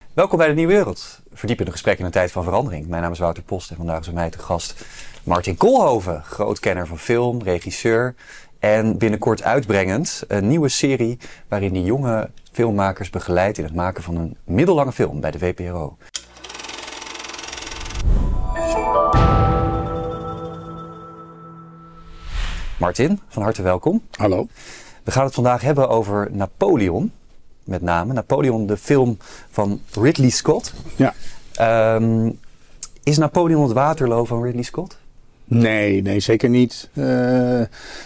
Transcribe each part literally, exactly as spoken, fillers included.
Welkom bij de Nieuwe Wereld. Verdiepende gesprekken in een tijd van verandering. Mijn naam is Wouter Post en vandaag is bij mij te gast Martin Koolhoven. Groot kenner van film, regisseur en binnenkort uitbrengend een nieuwe serie waarin hij jonge filmmakers begeleidt in het maken van een middellange film bij de V P R O. Martin, van harte welkom. Hallo. We gaan het vandaag hebben over Napoleon. Met name Napoleon, de film van Ridley Scott. Ja. Um, is Napoleon het Waterloo van Ridley Scott? Nee, nee, zeker niet. Uh, uh,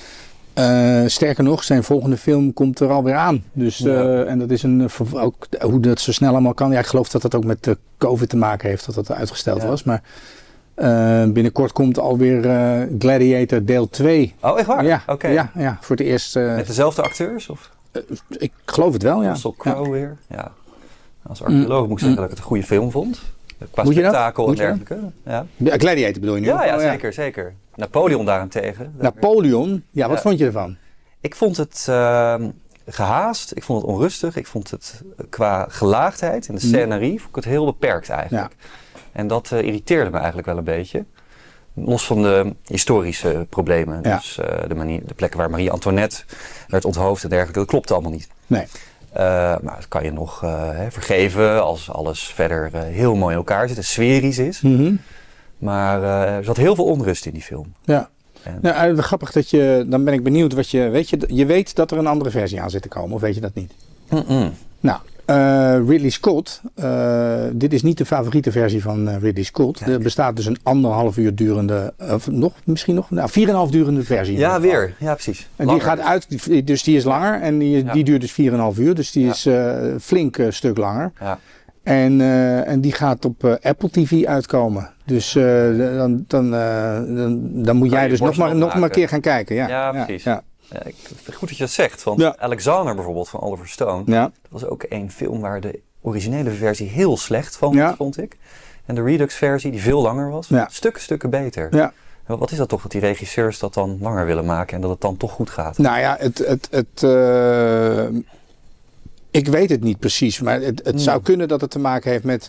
sterker nog, zijn volgende film komt er alweer aan. Dus, uh, ja. En dat is een, ook hoe dat zo snel allemaal kan. Ja, ik geloof dat dat ook met de COVID te maken heeft, dat dat uitgesteld ja. was. Maar uh, binnenkort komt alweer uh, Gladiator deel twee. Oh, echt waar? Ja, okay. ja, ja, voor het eerst. Uh, met dezelfde acteurs? Of? Uh, ik geloof het wel, ja. Russell Crowe ja. weer. Ja. Als archeoloog mm. moet ik zeggen mm. dat ik het een goede film vond. Qua moet spektakel en dergelijke. Ja. Ja, Gladiator bedoel je nu? Ja, ja, oh, zeker, ja. zeker. Napoleon daarentegen. Napoleon? Ja, wat ja. vond je ervan? Ik vond het uh, gehaast. Ik vond het onrustig. Ik vond het qua gelaagdheid in de scenerie mm. vond ik het heel beperkt eigenlijk. Ja. En dat uh, irriteerde me eigenlijk wel een beetje. Los van de historische problemen. Ja. Dus uh, de, manier, de plekken waar Marie Antoinette werd onthoofd en dergelijke. Dat klopte allemaal niet. Nee. Uh, maar dat kan je nog uh, hè, vergeven als alles verder uh, heel mooi in elkaar zit en sferisch is. Mm-hmm. Maar uh, er zat heel veel onrust in die film. Ja. En... Nou, grappig dat je, dan ben ik benieuwd wat je, weet je, je weet dat er een andere versie aan zit te komen, of weet je dat niet? Mm-mm. Nou, uh, Ridley Scott, uh, dit is niet de favoriete versie van uh, Ridley Scott. Kijk. Er bestaat dus een anderhalf uur durende, of nog, misschien nog, nou, vier en een half durende versie. Ja, weer. Ja, precies. En langer. Die gaat uit, dus die is langer en die, ja. die duurt dus vier en een half uur, dus die ja. is uh, flink uh, stuk langer. Ja. En, uh, en die gaat op uh, Apple T V uitkomen. Dus uh, dan, dan, uh, dan, dan moet kan jij dus nog maar, nog maar een keer gaan kijken. Ja, ja precies. Ja. Ja, ik, goed dat je dat zegt, want ja. Alexander bijvoorbeeld van Oliver Stone, ja. dat was ook een film waar de originele versie heel slecht van ja. vond ik. En de Redux versie, die veel langer was, ja. stukken, stukken beter. Ja. Wat is dat toch dat die regisseurs dat dan langer willen maken en dat het dan toch goed gaat? Nou ja, het... het, het uh, ik weet het niet precies, maar het, het hmm. zou kunnen dat het te maken heeft met...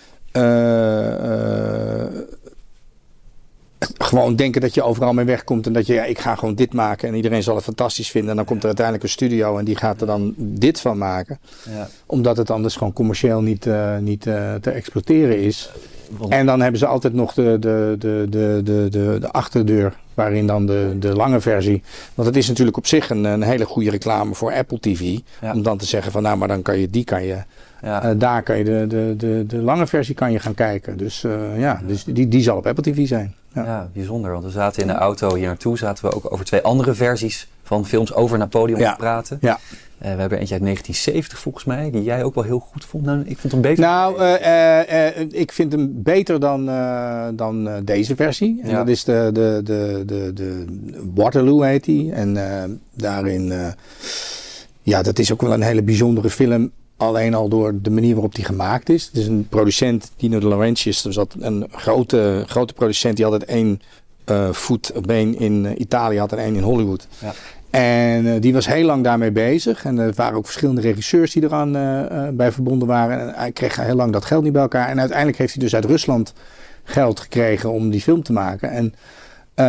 Uh, uh, gewoon denken dat je overal mee wegkomt en dat je, ja, ik ga gewoon dit maken en iedereen zal het fantastisch vinden. En dan komt er uiteindelijk een studio en die gaat er dan dit van maken. Ja. Omdat het anders gewoon commercieel niet, uh, niet uh, te exploiteren is. Want... En dan hebben ze altijd nog de, de, de, de, de, de, de achterdeur waarin dan de, de lange versie. Want het is natuurlijk op zich een, een hele goede reclame voor Apple T V. Ja. Om dan te zeggen van nou, maar dan kan je die kan je... Ja. Uh, daar kan je de, de, de, de lange versie kan je gaan kijken. Dus uh, ja, ja, dus die, die zal op Apple T V zijn. Ja. ja, bijzonder. Want we zaten in de auto hier naartoe, zaten we ook over twee andere versies van films over Napoleon ja. te praten. Ja. Uh, we hebben eentje uit negentien zeventig volgens mij, die jij ook wel heel goed vond. Nou, ik vond hem beter. Nou, uh, uh, uh, ik vind hem beter dan, uh, dan uh, deze versie. En ja. dat is de, de, de, de, de Waterloo heet die. En uh, daarin, uh, ja, dat is ook wel een hele bijzondere film. Alleen al door de manier waarop die gemaakt is. Het is een producent, Dino De Laurentiis, dus dat een grote, grote producent die altijd één uh, voet, been in uh, Italië had en één in Hollywood. Ja. En uh, die was heel lang daarmee bezig. En er waren ook verschillende regisseurs die eraan uh, uh, bij verbonden waren. En hij kreeg heel lang dat geld niet bij elkaar. En uiteindelijk heeft hij dus uit Rusland geld gekregen om die film te maken. En, uh,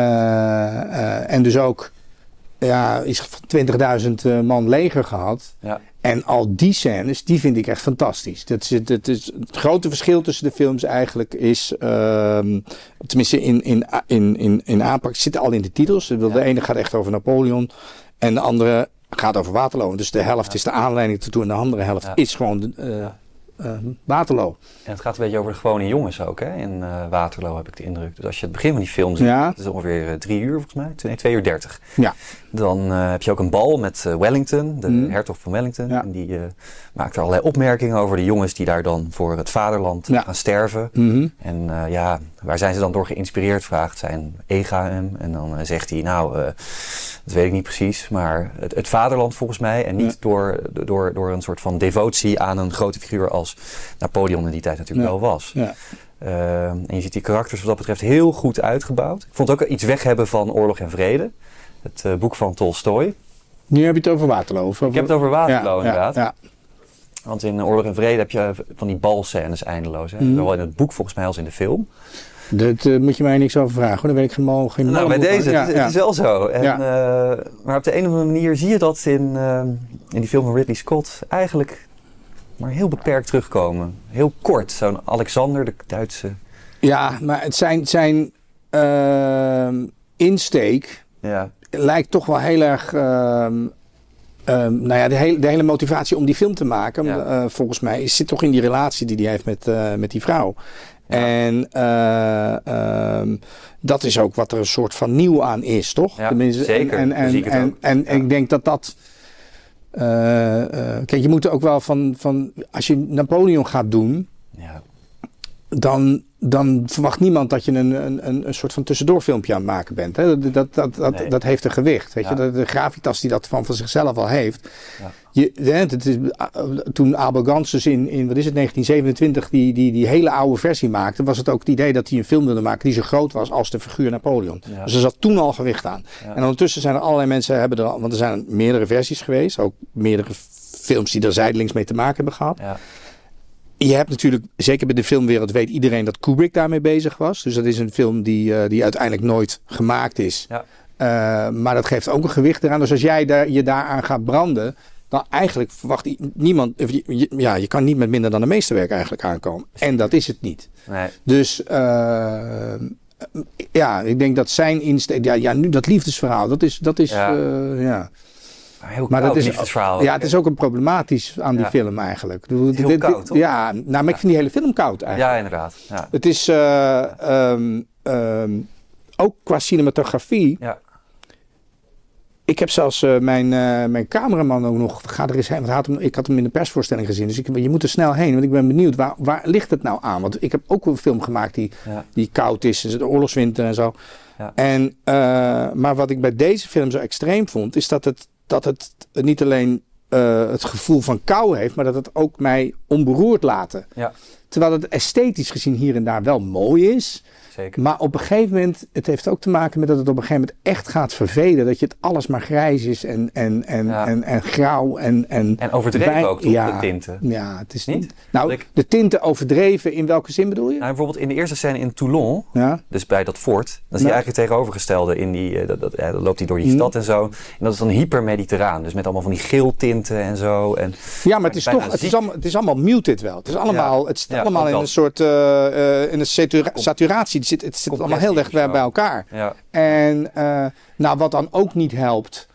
uh, en dus ook ja, iets van twintigduizend uh, man leger gehad. Ja. En al die scènes, die vind ik echt fantastisch. Dat is, dat is, het grote verschil tussen de films eigenlijk is... Uh, tenminste in, in, in, in, in aanpak, het zit al in de titels. De ja. ene gaat echt over Napoleon. En de andere gaat over Waterloo. Dus de helft ja. is de aanleiding ertoe. En de andere helft ja. is gewoon uh, uh, Waterloo. En het gaat een beetje over de gewone jongens ook, hè? In uh, Waterloo heb ik de indruk. Dus als je het begin van die film ziet, ja. het is ongeveer uh, drie uur volgens mij. Nee, twee uur dertig. Ja. Dan uh, heb je ook een bal met uh, Wellington, de mm. hertog van Wellington. Ja. En die uh, maakt er allerlei opmerkingen over de jongens die daar dan voor het vaderland ja. gaan sterven. Mm-hmm. En uh, ja, waar zijn ze dan door geïnspireerd, vraagt zijn Ega hem. En dan uh, zegt hij, nou, uh, dat weet ik niet precies, maar het, het vaderland volgens mij. En niet ja. door, door, door een soort van devotie aan een grote figuur als Napoleon in die tijd natuurlijk ja. wel was. Ja. Uh, en je ziet die karakters wat dat betreft heel goed uitgebouwd. Ik vond ook iets weg hebben van Oorlog en Vrede. Het uh, boek van Tolstoj. Nu heb je het over Waterloo. Of over... Ik heb het over Waterloo ja, inderdaad. Ja, Want in Oorlog en Vrede heb je van die balscènes eindeloos. Hè? Mm. Zowel in het boek volgens mij als in de film. Dat uh, moet je mij niks over vragen, hoor. Dan weet ik geen, geen Nou, bij deze, ja, het, is, ja. het is wel zo. En, Ja. uh, maar op de een of andere manier zie je dat in, uh, in die film van Ridley Scott eigenlijk maar heel beperkt terugkomen. Heel kort, zo'n Alexander, de Duitse... Ja, maar het zijn, zijn uh, insteek ja. lijkt toch wel heel erg... Uh, Um, nou ja, de hele, de hele motivatie om die film te maken, ja. uh, volgens mij, zit toch in die relatie die hij heeft met, uh, met die vrouw. Ja. En uh, um, dat is ook wat er een soort van nieuw aan is, toch? Ja, Tenminste, zeker. En, en, en, en, en ja. ik denk dat dat... Uh, uh, kijk, je moet er ook wel van, van... Als je Napoleon gaat doen... Ja. Dan, dan verwacht niemand dat je een, een, een soort van tussendoorfilmpje aan het maken bent. Hè? Dat, dat, dat, dat, nee. dat heeft een gewicht. Weet ja. je? De, de gravitas die dat van, van zichzelf al heeft. Ja. Je, het is, toen Abel Gans dus in, in wat is het, negentien zevenentwintig die, die, die hele oude versie maakte, was het ook het idee dat hij een film wilde maken die zo groot was als de figuur Napoleon. Ja. Dus er zat toen al gewicht aan. Ja. En ondertussen zijn er allerlei mensen, hebben er, want er zijn meerdere versies geweest. Ook meerdere films die er zijdelings mee te maken hebben gehad. Ja. Je hebt natuurlijk, zeker bij de filmwereld weet iedereen dat Kubrick daarmee bezig was. Dus dat is een film die, uh, die uiteindelijk nooit gemaakt is. Ja. Uh, maar dat geeft ook een gewicht eraan. Dus als jij daar, je daaraan gaat branden, dan eigenlijk verwacht niemand... Je, ja, je kan niet met minder dan een meesterwerk eigenlijk aankomen. En dat is het niet. Nee. Dus uh, ja, ik denk dat zijn insteek... Ja, ja, nu dat liefdesverhaal, dat is... Dat is ja. Uh, ja. Heel maar koud, dat is, verhaal, ja, het is ook een problematisch aan die ja. film eigenlijk. Heel dit, koud, dit, toch? Ja, nou, maar ja. ik vind die hele film koud eigenlijk. Ja, inderdaad. Ja. Het is uh, um, um, ook qua cinematografie. Ja. Ik heb zelfs uh, mijn, uh, mijn cameraman ook nog... Ga er eens heen, want had hem, ik had hem in de persvoorstelling gezien. Dus ik, je moet er snel heen, want ik ben benieuwd. Waar, waar ligt het nou aan? Want ik heb ook een film gemaakt die, ja. die koud is. De oorlogswinter en zo. Ja. En, uh, maar wat ik bij deze film zo extreem vond... is dat het, dat het niet alleen uh, het gevoel van kou heeft... maar dat het ook mij onberoerd laten. Ja. Terwijl het esthetisch gezien hier en daar wel mooi is... Zeker. Maar op een gegeven moment, het heeft ook te maken met dat het op een gegeven moment echt gaat vervelen. Dat je het alles maar grijs is en, en, en, ja. en, en grauw. En, en, en overdreven wij, ook, toch, ja, de tinten? Ja, het is niet. Nou, ik, de tinten overdreven, in welke zin bedoel je? Nou, bijvoorbeeld in de eerste scène in Toulon, ja. dus bij dat fort. Dan zie je ja. eigenlijk het tegenovergestelde. In die, uh, dat, dat, ja, dan loopt hij door die mm. stad en zo. En dat is dan hyper-mediterraan. Dus met allemaal van die geeltinten en zo. En ja, maar het is toch, het is, allemaal, het is allemaal muted wel. Het is allemaal, ja. het zit ja, allemaal in een soort, uh, uh, in een satura- saturatie. Het zit, het zit allemaal heel dicht bij elkaar. Ja. En uh, nou, wat dan ook niet helpt,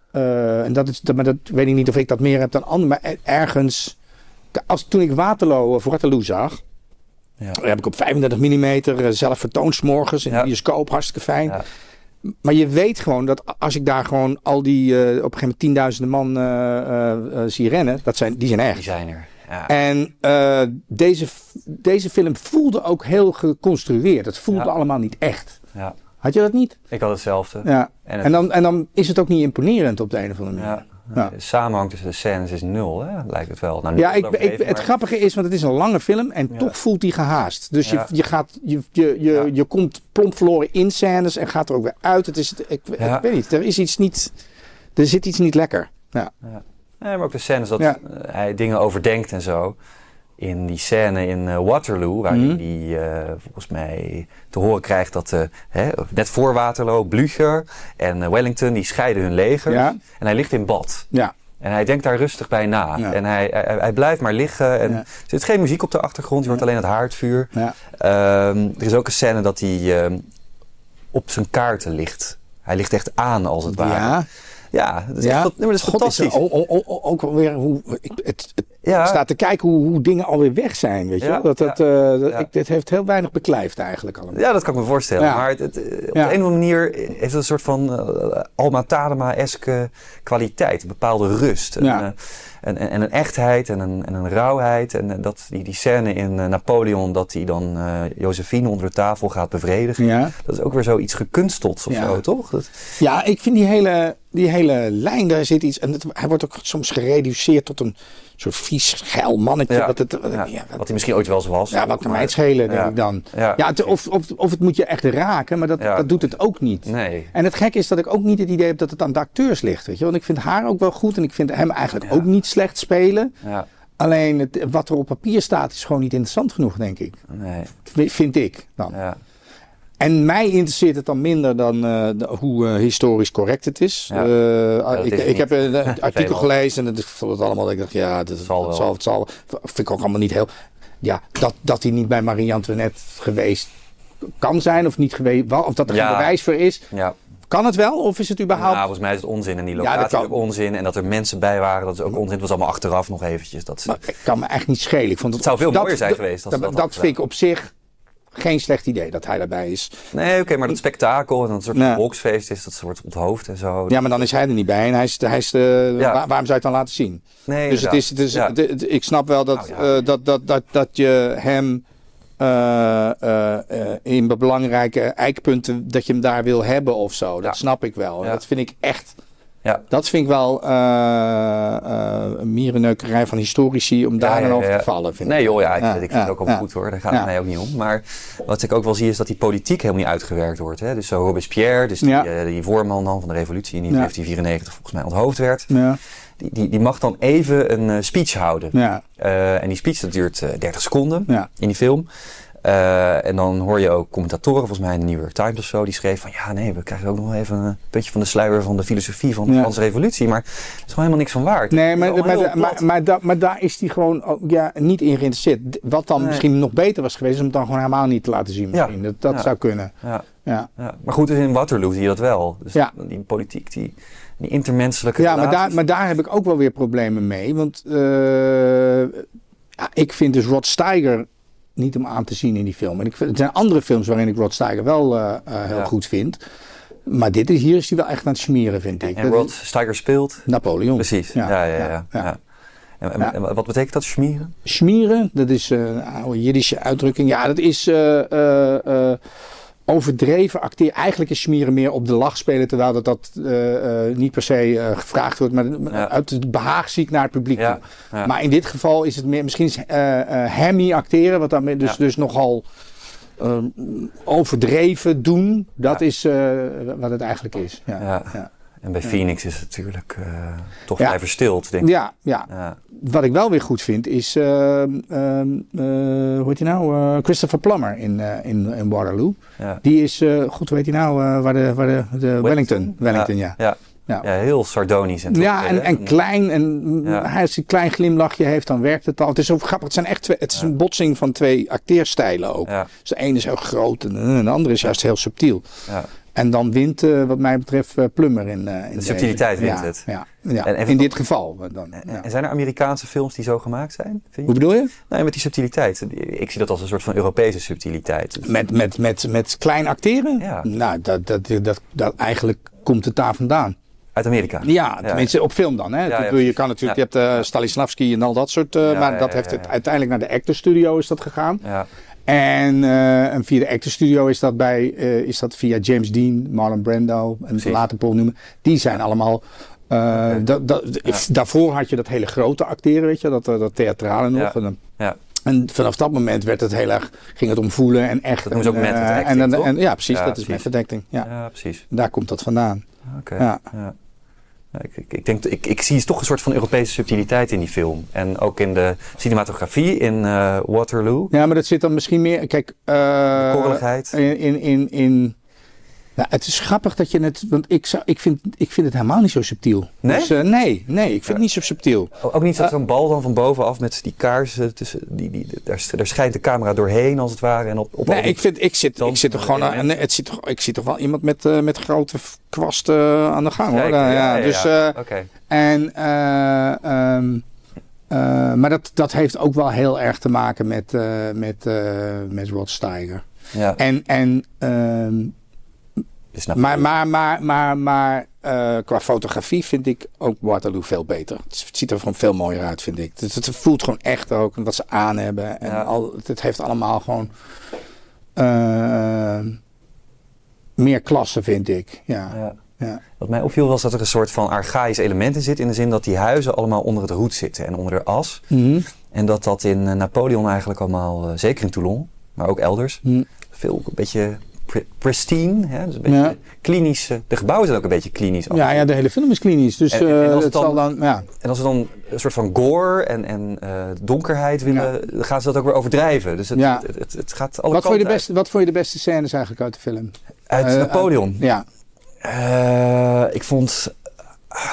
uh, en dat is, dat, maar dat weet ik niet of ik dat meer heb dan anderen, maar ergens, als, toen ik Waterloo, uh, Waterloo zag, ja. heb ik op vijfendertig millimeter uh, zelf vertoond 's morgens in ja. de bioscoop, hartstikke fijn. Ja. Maar je weet gewoon dat als ik daar gewoon al die, uh, op een gegeven moment tienduizenden man uh, uh, uh, zie rennen, dat zijn, die zijn echt. Die zijn er. Ja. En uh, deze, deze film voelde ook heel geconstrueerd. Het voelde ja. allemaal niet echt. Ja. Had je dat niet? Ik had hetzelfde. Ja. En, het... en, dan, en dan is het ook niet imponerend op de een of andere manier. Ja. Ja. De samenhang tussen de scènes is nul, hè? Lijkt het wel. Nou, ja, ik, ik, het maar... grappige is, want het is een lange film en ja. toch voelt die gehaast. Dus ja. je, je, gaat, je, je, je, ja. je komt plomp verloren in scènes en gaat er ook weer uit. Het is, ik, ja. ik weet niet, er is iets niet, er zit iets niet lekker. Ja. Ja. Nee, maar ook de scènes dat ja. hij dingen overdenkt en zo. In die scène in uh, Waterloo, waarin mm-hmm. hij uh, volgens mij te horen krijgt dat uh, hè, net voor Waterloo, Blücher en uh, Wellington, die scheiden hun legers. Ja. En hij ligt in bad. Ja. En hij denkt daar rustig bij na. Ja. En hij, hij, hij blijft maar liggen. En ja. Er zit geen muziek op de achtergrond, je hoort ja. alleen het haardvuur. Ja. Um, er is ook een scène dat hij um, op zijn kaarten ligt. Hij ligt echt aan, als het ware. Ja. Ja, dat is, ja. Echt, nee, maar dat is God, fantastisch. Is er, ook, ook, ook weer hoe ik het, het ja. staat te kijken hoe, hoe dingen alweer weg zijn, weet je ja. dat, dat, ja. uh, dat, ja. ik, dit heeft heel weinig beklijft eigenlijk allemaal. Ja, dat kan ik me voorstellen. Ja. Maar het, het, op ja. de een of andere manier heeft het een soort van uh, Alma Tadema-eske kwaliteit, een bepaalde rust. Ja. En, uh, En, en, en een echtheid en een, en een rauwheid. En dat, die, die scène in uh, Napoleon dat hij dan uh, Josephine onder de tafel gaat bevredigen. Ja. Dat is ook weer zoiets gekunsteld of ja. zo, toch? Dat... Ja, ik vind die hele, die hele lijn, daar zit iets... En het, hij wordt ook soms gereduceerd tot een soort vies, geil mannetje. Ja. Wat, het, ja. ja, wat, wat hij misschien ooit wel eens was. Ja, wat kan mij het schelen, denk ja. ik dan. Ja. Ja, het, of, of, of het moet je echt raken, maar dat, ja. dat doet het ook niet. Nee. En het gekke is dat ik ook niet het idee heb dat het aan de acteurs ligt. Weet je? Want ik vind haar ook wel goed en ik vind hem eigenlijk ja. ook niet slecht spelen. Ja. Alleen het, wat er op papier staat is gewoon niet interessant genoeg, denk ik. Nee. V- vind ik dan. Ja. En mij interesseert het dan minder dan uh, de, hoe uh, historisch correct het is. Ja. Uh, ja, ik is ik heb een uh, artikel gelezen en ik vond het allemaal. Ik dacht, ja, dat, zal het zal, het zal. Vind ik ook allemaal niet heel. Ja, dat, dat hij niet bij Marie Antoinette geweest kan zijn of niet geweest, of dat er ja. geen bewijs voor is. Ja. Kan het wel of is het überhaupt? Ja, volgens mij is het onzin en die locatie ja, is ook onzin en dat er mensen bij waren, dat is ook onzin. Het was allemaal achteraf nog eventjes. Dat maar ik kan me echt niet schelen. Ik vond het, het zou veel dat, mooier zijn dat, geweest. Als dat dat, dat vind ik op zich geen slecht idee dat hij daarbij is. Nee, oké, okay, maar dat spektakel en dat soort nee. volksfeest is, dat wordt onthoofd en zo. Ja, maar dan is hij er niet bij en hij is, hij is de, ja. waar, waarom zou je het dan laten zien? Nee, dus het is, het is, ja. de, de, ik snap wel dat, nou, ja. uh, dat, dat, dat, dat je hem uh, uh, uh, in belangrijke eikpunten, dat je hem daar wil hebben of zo. Dat ja. snap ik wel. Ja. Dat vind ik echt... Ja. Dat vind ik wel uh, uh, een mierenneukerij van historici om daar ja, dan ja, over ja. te vallen. Vind nee ik. joh, ja, ik, ja, ik vind ja, het ook wel ja. goed hoor. Daar gaat het ja. mij ook niet om. Maar wat ik ook wel zie is dat die politiek helemaal niet uitgewerkt wordt. Hè? Dus zo Robespierre, dus die, ja. uh, die voorman dan van de revolutie die in zeventien vierennegentig volgens mij onthoofd werd. Ja. Die, die, die mag dan even een uh, speech houden. Ja. Uh, en die speech dat duurt uh, dertig seconden ja. in die film. Uh, en dan hoor je ook commentatoren, volgens mij in de New York Times of zo, die schreef van ja, nee, we krijgen ook nog even een puntje van de sluier van de filosofie van de ja. Franse revolutie. Maar er is gewoon helemaal niks van waard. Nee, maar, maar, maar, maar, maar, da, maar daar is hij gewoon ook, ja, niet in geïnteresseerd. Wat dan nee. misschien nog beter was geweest, om het dan gewoon helemaal niet te laten zien. Misschien. Ja. Dat, dat ja. zou kunnen. Ja. Ja. Ja. Maar goed, dus in Waterloo zie je dat wel. Dus ja. die politiek, die, die intermenselijke Ja, maar daar, maar daar heb ik ook wel weer problemen mee. Want uh, ja, ik vind dus Rod Steiger niet om aan te zien in die film. En ik vind, er zijn andere films waarin ik Rod Steiger wel uh, uh, heel ja. goed vind. Maar dit is, hier is hij wel echt aan het smeren, vind ik. En Rod Steiger speelt? Napoleon. Precies, ja, ja, ja. ja, ja. ja. En, en, ja. en wat betekent dat, smeren? Smeren, dat is uh, een oude Jiddische uitdrukking. Ja, dat is uh, uh, uh, overdreven acteren. Eigenlijk is smeren meer op de lach spelen, terwijl dat, dat uh, uh, niet per se uh, gevraagd wordt, maar ja. uit het behaagziek naar het publiek ja. toe. Ja. Maar in dit geval is het meer, misschien is uh, uh, hammy acteren, wat dan dus, ja. dus nogal uh, overdreven doen. Dat ja. is uh, wat het eigenlijk is. Ja. Ja. Ja. En bij Phoenix is het natuurlijk uh, toch ja. vrij verstild, denk ik. Ja, ja. ja. Wat ik wel weer goed vind is, uh, uh, uh, hoe heet hij nou? Uh, Christopher Plummer in, uh, in, in Waterloo. Ja. Die is, uh, goed, hoe heet hij nou? Uh, waar de, waar de, de Wellington. Wellington, Wellington ja. ja. Ja. Ja, heel sardonisch. En ja, en, en klein. En ja. als hij een klein glimlachje heeft, dan werkt het al. Het is zo grappig. Het, zijn echt twee, het is ja. een botsing van twee acteerstijlen ook. Ja. Dus de ene is heel groot en de andere is juist heel subtiel. Ja. En dan wint, uh, wat mij betreft, uh, Plummer in, uh, in de subtiliteit wint ja, het. Ja, ja. En, en in dit geval. Dan, en, ja. en zijn er Amerikaanse films die zo gemaakt zijn? Vind je? Hoe bedoel je? Nee, met die subtiliteit. Ik zie dat als een soort van Europese subtiliteit. Dus met, met, met, met klein acteren? Ja. Nou, dat, dat, dat, dat, dat, eigenlijk komt het daar vandaan. Uit Amerika? Ja, tenminste ja. op film dan. Hè. Ja, ja, je kan natuurlijk, ja. je hebt uh, Stanislavski en al dat soort. Uh, ja, maar ja, dat ja, heeft ja, ja. het uiteindelijk naar de Actors Studio is dat gegaan. Ja. En, uh, en via de Actors Studio is dat, bij, uh, is dat via James Dean, Marlon Brando en Precies. later Paul Newman. Die zijn allemaal... Uh, okay. da, da, ja. Daarvoor had je dat hele grote acteren, weet je, dat, dat theatrale nog. Ja. En, dan, ja. en vanaf dat moment werd het heel erg, ging het om voelen en echt. Dat noemen ze ook method acting, en, en, en, en, Ja, precies, ja, dat precies. is method acting. Ja. ja, precies. Daar komt dat vandaan. Oké. Okay. Ja. Ja. Ja, ik, ik, ik, denk, ik, ik zie toch een soort van Europese subtiliteit in die film. En ook in de cinematografie in uh, Waterloo. Ja, maar dat zit dan misschien meer... Kijk, uh, korreligheid. In... in, in, in nou, het is grappig dat je het... Want ik, zou, ik, vind, ik vind het helemaal niet zo subtiel. Nee? Dus, uh, nee, nee, ik vind ja. het niet zo subtiel. Ook niet zo'n uh, bal dan van bovenaf met die kaarsen. Tussen, die, die, daar, daar schijnt de camera doorheen als het ware. En op, op nee, ik, vind, ik, zit, ik zit er gewoon aan... Nee, het zit toch, ik zie toch wel iemand met, uh, met grote kwasten uh, aan de gang, hoor. Ja, ja, ja, dus, ja. Uh, okay. En... Uh, um, uh, maar dat, dat heeft ook wel heel erg te maken met, uh, met, uh, met Rod Steiger. Ja. En... en um, Maar, maar, maar, maar, maar uh, qua fotografie vind ik ook Waterloo veel beter. Het ziet er gewoon veel mooier uit, vind ik. Het, het voelt gewoon echt ook wat ze aan hebben. En ja. al, het heeft allemaal gewoon uh, meer klasse, vind ik. Ja. Ja. Ja. Wat mij opviel was dat er een soort van archaïsch element in zit. In de zin dat die huizen allemaal onder het roet zitten en onder de as. Mm-hmm. En dat dat in uh, Napoleon eigenlijk allemaal, uh, zeker in Toulon, maar ook elders, mm. veel een beetje... pri- pristine. Hè? Dus een beetje Ja. klinisch. Uh, de gebouwen zijn ook een beetje klinisch. Ja, ja, de hele film is klinisch. Dus en, en, en uh, het dan, zal dan... Ja. En als we dan een soort van gore en, en uh, donkerheid willen, ja. dan gaan ze dat ook weer overdrijven. Dus het, ja. het, het, het, het gaat alle wat kanten vond je de beste, Wat vond je de beste scènes eigenlijk uit de film? Uit uh, Napoleon? Uh, ja. Uh, ik vond... Uh,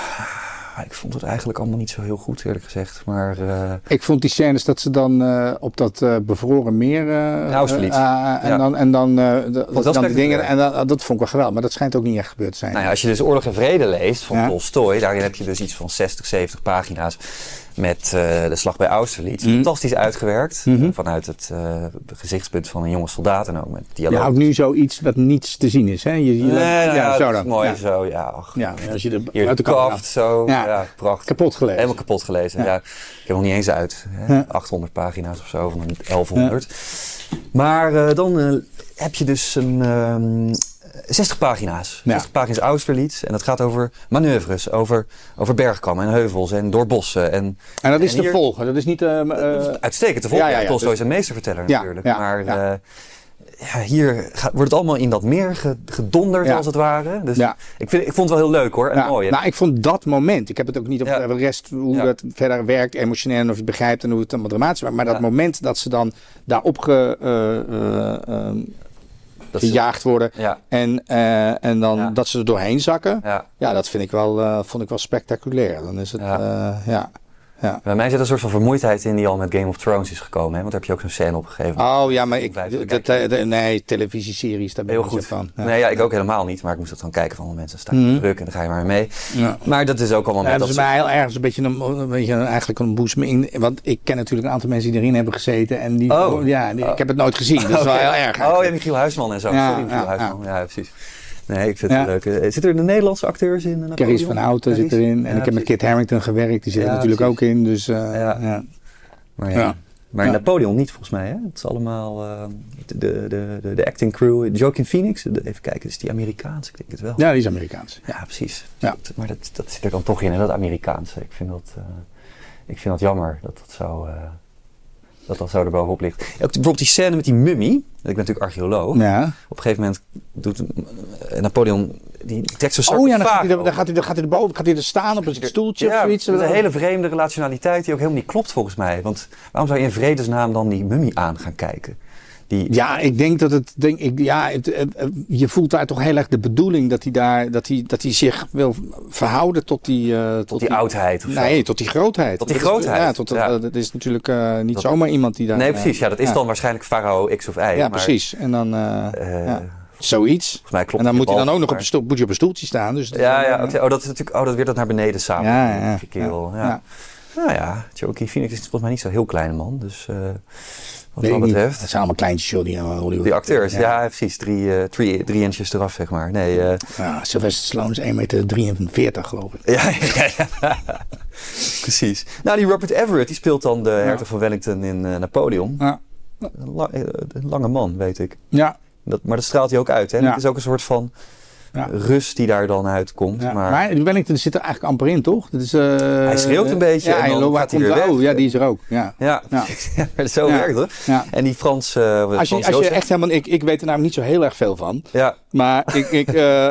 Ik vond het eigenlijk allemaal niet zo heel goed, eerlijk gezegd. Maar, uh... ik vond die scènes dat ze dan uh, op dat uh, bevroren meer... Uh, Austerlitz. Uh, uh, en, ja. dan, en dan, uh, de, dat, dan die dingen... En dan, dat vond ik wel geweldig, maar dat schijnt ook niet echt gebeurd te zijn. Nou ja, als je dus Oorlog en Vrede leest van ja. Tolstoj, daarin heb je dus iets van zestig, zeventig pagina's met uh, de slag bij Austerlitz. Mm. Fantastisch uitgewerkt, mm-hmm. uh, vanuit het uh, gezichtspunt van een jonge soldaat en ook met dialoog. Je houdt nu zoiets wat niets te zien is, hè? Je, je, nee, ja, ja, zo dat dan. is mooi ja. zo, ja. Ach, ja als je er hier uit de kaft, zo, ja. ja, prachtig. Kapot gelezen. Helemaal kapot gelezen, ja. ja. Ik heb nog niet eens uit. Hè? Ja. achthonderd pagina's of zo, van elfhonderd. Ja. Maar uh, dan uh, heb je dus een... Um, zestig pagina's. Ja. zestig pagina's Austerlitz. En dat gaat over manoeuvres, over, over bergkammen en heuvels en door bossen. En, en dat is en te hier, volgen. Dat is niet... Uh, uh, uitstekend te volgen. Ja, ja, ja, Tolstoj is dus, een meesterverteller ja, natuurlijk. Ja, maar ja. Uh, ja, hier gaat, wordt het allemaal in dat meer gedonderd ja. als het ware. Dus ja. ik, vind, ik vond het wel heel leuk hoor. En ja. mooi. Nou, ik vond dat moment. Ik heb het ook niet op ja. de rest hoe ja. dat verder werkt, emotioneel en of je het begrijpt en hoe het allemaal dramatisch was. Maar dat ja. moment dat ze dan daarop ge, uh, uh, uh, dat gejaagd ze, worden ja. en, uh, en dan ja. dat ze er doorheen zakken. Ja, ja dat vind ik wel, uh, vond ik wel spectaculair. Dan is het, ja. Uh, ja. Ja. Bij mij zit een soort van vermoeidheid in die al met Game of Thrones is gekomen. Hè? Want daar heb je ook zo'n scène opgegeven. Oh ja, maar ik... De, de, de, de, nee, televisieseries, daar ben ik niet van. Ja. Nee, ja, ik ook helemaal niet. Maar ik moest dat dan kijken van alle mensen staan mm-hmm. druk en dan ga je maar mee. Ja. Maar dat is ook allemaal met ja, dat is bij heel ergens een beetje een, een beetje eigenlijk een boost in. Want ik ken natuurlijk een aantal mensen die erin hebben gezeten. En die, oh. ja, die, ik heb het nooit gezien. Dat is okay. wel heel erg. Oh ja, Michiel Huisman en zo. Ja, Sorry, Michiel ja, Huisman. Ja, ja. ja precies. Nee, ik vind het ja. leuk. Zitten er de Nederlandse acteurs in? Uh, Carice van Houten zit erin. En ja, ik heb precies. met Kit Harington gewerkt. Die zit ja, er natuurlijk precies. ook in. Dus, uh, ja. ja. Maar, ja. Ja. maar ja. Napoleon niet volgens mij. Hè? Het is allemaal uh, de, de, de, de acting crew. Joaquin Phoenix. Even kijken, is die Amerikaans? Ik denk het wel. Ja, die is Amerikaans. Ja, precies. Ja. Dat, maar dat, dat zit er dan toch in, hè? Dat Amerikaanse. Ik vind dat, uh, ik vind dat jammer dat dat zo... Uh, dat dat zo erbovenop ligt. Ook bijvoorbeeld die scène met die mummie. Ik ben natuurlijk archeoloog. Ja. Op een gegeven moment doet Napoleon... Die trekt zo'n oh ja, dan gaat, hij er, dan, gaat hij, dan gaat hij erboven, gaat hij er staan op een stoeltje ja, of iets. Met een hele vreemde relationaliteit die ook helemaal niet klopt volgens mij. Want waarom zou je in vredesnaam dan die mummie aan gaan kijken? Die... Ja, ik denk dat het, denk ik, ja, het, uh, je voelt daar toch heel erg de bedoeling dat hij daar, dat hij, dat hij zich wil verhouden tot die, uh, tot, tot die, die oudheid. Of nee, zo. tot die grootheid. Tot die grootheid. Ja, tot, ja. Uh, dat is natuurlijk uh, niet dat, zomaar iemand die daar. Nee, precies. Ja, dat is ja. dan waarschijnlijk farao X of Y. Ja, maar, precies. En dan. Uh, uh, ja. Zoiets. Mij klopt en dan moet hij dan ook nog maar... op een, stoel, moet je op een stoeltje staan. Dus ja, ja. Okay. Oh, dat is natuurlijk. Oh, dat weer dat naar beneden samen. Ja, ja, ja. Kerel. Ja. Ja. Nou ja, Joaquin Phoenix is volgens mij niet zo'n heel kleine man. Dus uh, wat Weet dat betreft. Het zijn allemaal kleintjes, joh, die Hollywood. Die acteurs, ja, ja precies. Drie, uh, drie, drie inches eraf, zeg maar. Nee, uh... ja, Sylvester Stallone is één meter drieënveertig, geloof ik. Ja, ja, ja. Precies. Nou, die Robert Everett, die speelt dan de hertog ja. van Wellington in uh, Napoleon. Ja. Een, la- een lange man, weet ik. Ja. Dat, maar dat straalt hij ook uit. Hè? Ja. Het is ook een soort van ja. rust die daar dan uitkomt. Ja. Maar... maar Wellington zit er eigenlijk amper in, toch? Dat is, uh, hij schreeuwt een beetje ja, en dan gaat hij weer weg. Oh, ja, die is er ook. Ja, ja. ja. ja zo ja. werkt het. Ja. En die Frans... Uh, als je, Frans als je echt helemaal... Ik, ik weet er namelijk niet zo heel erg veel van. Ja. Maar ik, ik, uh, uh,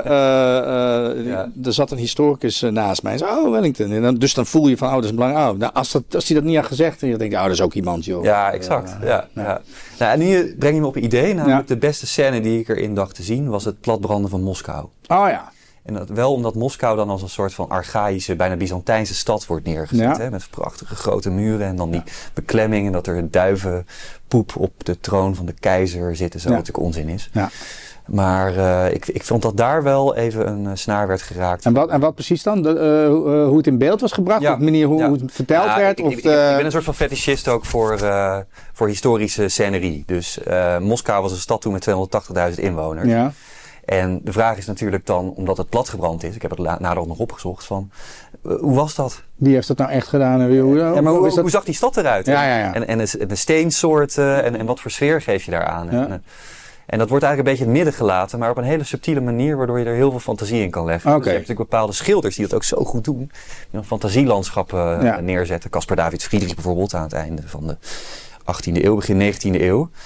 uh, ja. er zat een historicus uh, naast mij. En zei, oh, Wellington. En dan, dus dan voel je van, oh, dat is belangrijk. Oh, nou, als, dat, als hij dat niet had gezegd, dan denk je, oh, dat is ook iemand, joh. Ja, exact. Uh, ja, ja. Ja. Nou, en nu breng je me op een idee. Namelijk ja. de beste scène die ik erin dacht te zien, was het platbranden van Moskou. Oh ja. En dat wel omdat Moskou dan als een soort van archaïsche, bijna Byzantijnse stad wordt neergezet. Ja. Hè, met prachtige grote muren en dan die ja. beklemming en dat er duivenpoep op de troon van de keizer zit. En zo, ja. wat natuurlijk onzin is. Ja. Maar uh, ik, ik vond dat daar wel even een uh, snaar werd geraakt. En wat, en wat precies dan? De, uh, hoe het in beeld was gebracht? Ja. Op de manier hoe, ja. hoe het verteld ja, werd? Ik, of ik, de... ik, ik ben een soort van fetischist ook voor, uh, voor historische scenerie. Dus uh, Moskou was een stad toen met tweehonderdtachtigduizend inwoners. Ja. En de vraag is natuurlijk dan, omdat het platgebrand is, ik heb het la- nader nog opgezocht, van uh, hoe was dat? Wie heeft dat nou echt gedaan? En wie, hoe, ja, maar hoe, hoe, dat... hoe zag die stad eruit? Ja, ja, ja. En, en de, de steensoorten en, en wat voor sfeer geef je daaraan? Ja. En, en dat wordt eigenlijk een beetje in het midden gelaten, maar op een hele subtiele manier, waardoor je er heel veel fantasie in kan leggen. Okay. Dus je hebt natuurlijk bepaalde schilders die dat ook zo goed doen. Die dan fantasielandschappen ja. neerzetten. Caspar David Friedrich bijvoorbeeld aan het einde van de achttiende eeuw, begin negentiende eeuw.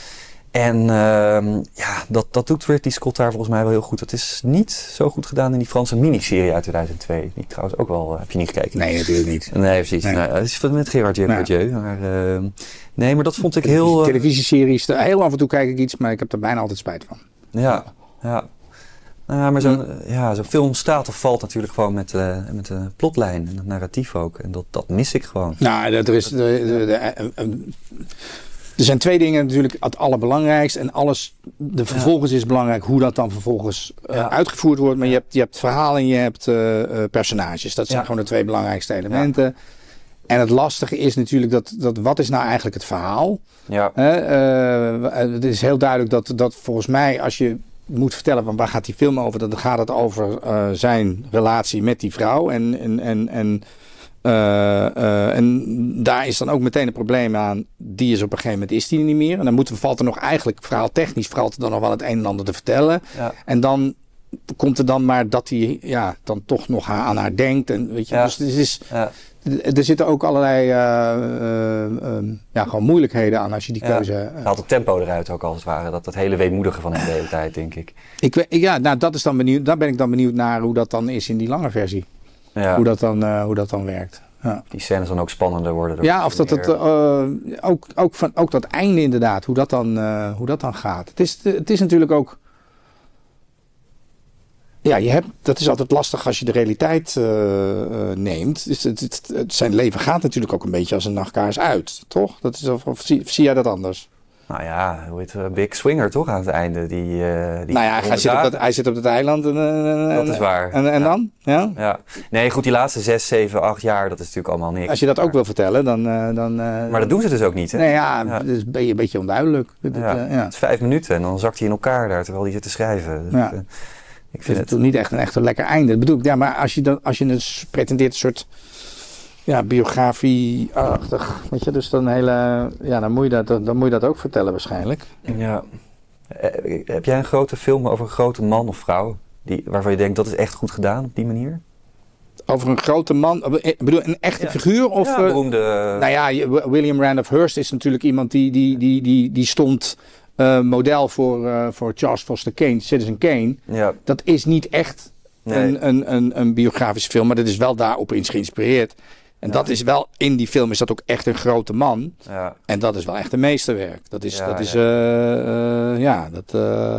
En uh, ja, dat, dat doet Ridley Scott daar volgens mij wel heel goed. Het is niet zo goed gedaan in die Franse miniserie uit tweeduizend twee. Die trouwens ook wel, uh, heb je niet gekeken? Nee, natuurlijk niet. Nee, precies. Nee. Nou, het is met Gerard Depardieu. Ja. Maar, uh, nee, maar dat vond ik heel... Uh, televisieseries, heel af en toe kijk ik iets, maar ik heb er bijna altijd spijt van. Ja, ja. Nou, maar zo'n ja, zo'n film staat of valt natuurlijk gewoon met, uh, met de plotlijn en het narratief ook. En dat, dat mis ik gewoon. Nou, er is... De, de, de, uh, uh, Er zijn twee dingen natuurlijk het allerbelangrijkste. En alles, de vervolgens ja. is belangrijk hoe dat dan vervolgens uh, ja. uitgevoerd wordt. Maar ja. je, hebt, je hebt verhaal en je hebt uh, uh, personages. Dat zijn ja. gewoon de twee belangrijkste elementen. Ja. En het lastige is natuurlijk dat, dat wat is nou eigenlijk het verhaal? Ja. Uh, uh, het is heel duidelijk dat, dat volgens mij als je moet vertellen van waar gaat die film over, dan gaat het over uh, zijn relatie met die vrouw. En... en, en, en Uh, uh, en daar is dan ook meteen een probleem aan. Die is op een gegeven moment is die er niet meer. En dan moeten we, valt er nog eigenlijk verhaaltechnisch valt er dan nog wel het een en ander te vertellen. Ja. En dan komt er dan maar dat hij ja, dan toch nog aan haar denkt. En, weet je, ja. Dus het is, ja. er zitten ook allerlei uh, uh, uh, ja, gewoon moeilijkheden aan als je die ja. keuze... Uh, haalt het tempo eruit ook als het ware. Dat, dat hele weemoedige van hem de hele tijd, denk ik. ik ja, nou, dat is dan benieuwd, daar ben ik dan benieuwd naar hoe dat dan is in die lange versie. Ja. Hoe, dat dan, uh, hoe dat dan werkt. Ja. Die scènes dan ook spannender worden. Ja, of dat het uh, ook, ook, van, ook dat einde inderdaad, hoe dat dan, uh, hoe dat dan gaat. Het is, het is natuurlijk ook... Ja, je hebt, dat is altijd lastig als je de realiteit uh, uh, neemt. Dus het, het, het, zijn leven gaat natuurlijk ook een beetje als een nachtkaars uit, toch? Dat is, of, of, zie, of zie jij dat anders? Nou ja, hoe heet het? Big Swinger toch aan het einde? Die, uh, die nou ja, hij zit, op dat, hij zit op dat eiland. En, en, dat is waar. En, en ja. dan? Ja? Ja. Nee, goed, die laatste zes, zeven, acht jaar, dat is natuurlijk allemaal niks. Als je dat ook wil vertellen, dan... Uh, dan uh, maar dat doen ze dus ook niet, hè? Nee, ja, ja. dus ben je een beetje onduidelijk. Ja. Uh, ja. Het is vijf minuten en dan zakt hij in elkaar daar, terwijl hij zit te schrijven. Ja. Dus, uh, ik vind het toch niet echt een, echt een lekker einde. Dat bedoel ik, ja, maar als je, dan, als je een pretendeert een soort... Ja, biografie-achtig, weet je, dus dan hele, ja, dan moet je dat, dan moet je dat ook vertellen waarschijnlijk. Ja. Uh, heb jij een grote film over een grote man of vrouw, die, waarvan je denkt dat is echt goed gedaan op die manier? Over een grote man, ik bedoel een echte ja. figuur of? Ja, beroemde. Uh, nou ja, William Randolph Hearst is natuurlijk iemand die, die, die, die, die stond uh, model voor, uh, voor Charles Foster Kane, Citizen Kane. Ja. Dat is niet echt nee. een, een, een, een biografische film, maar dat is wel daarop eens geïnspireerd. En ja. dat is wel, in die film is dat ook echt een grote man. Ja. En dat is wel echt een meesterwerk. Dat is, ja, dat is, ja. Uh, uh, ja, dat,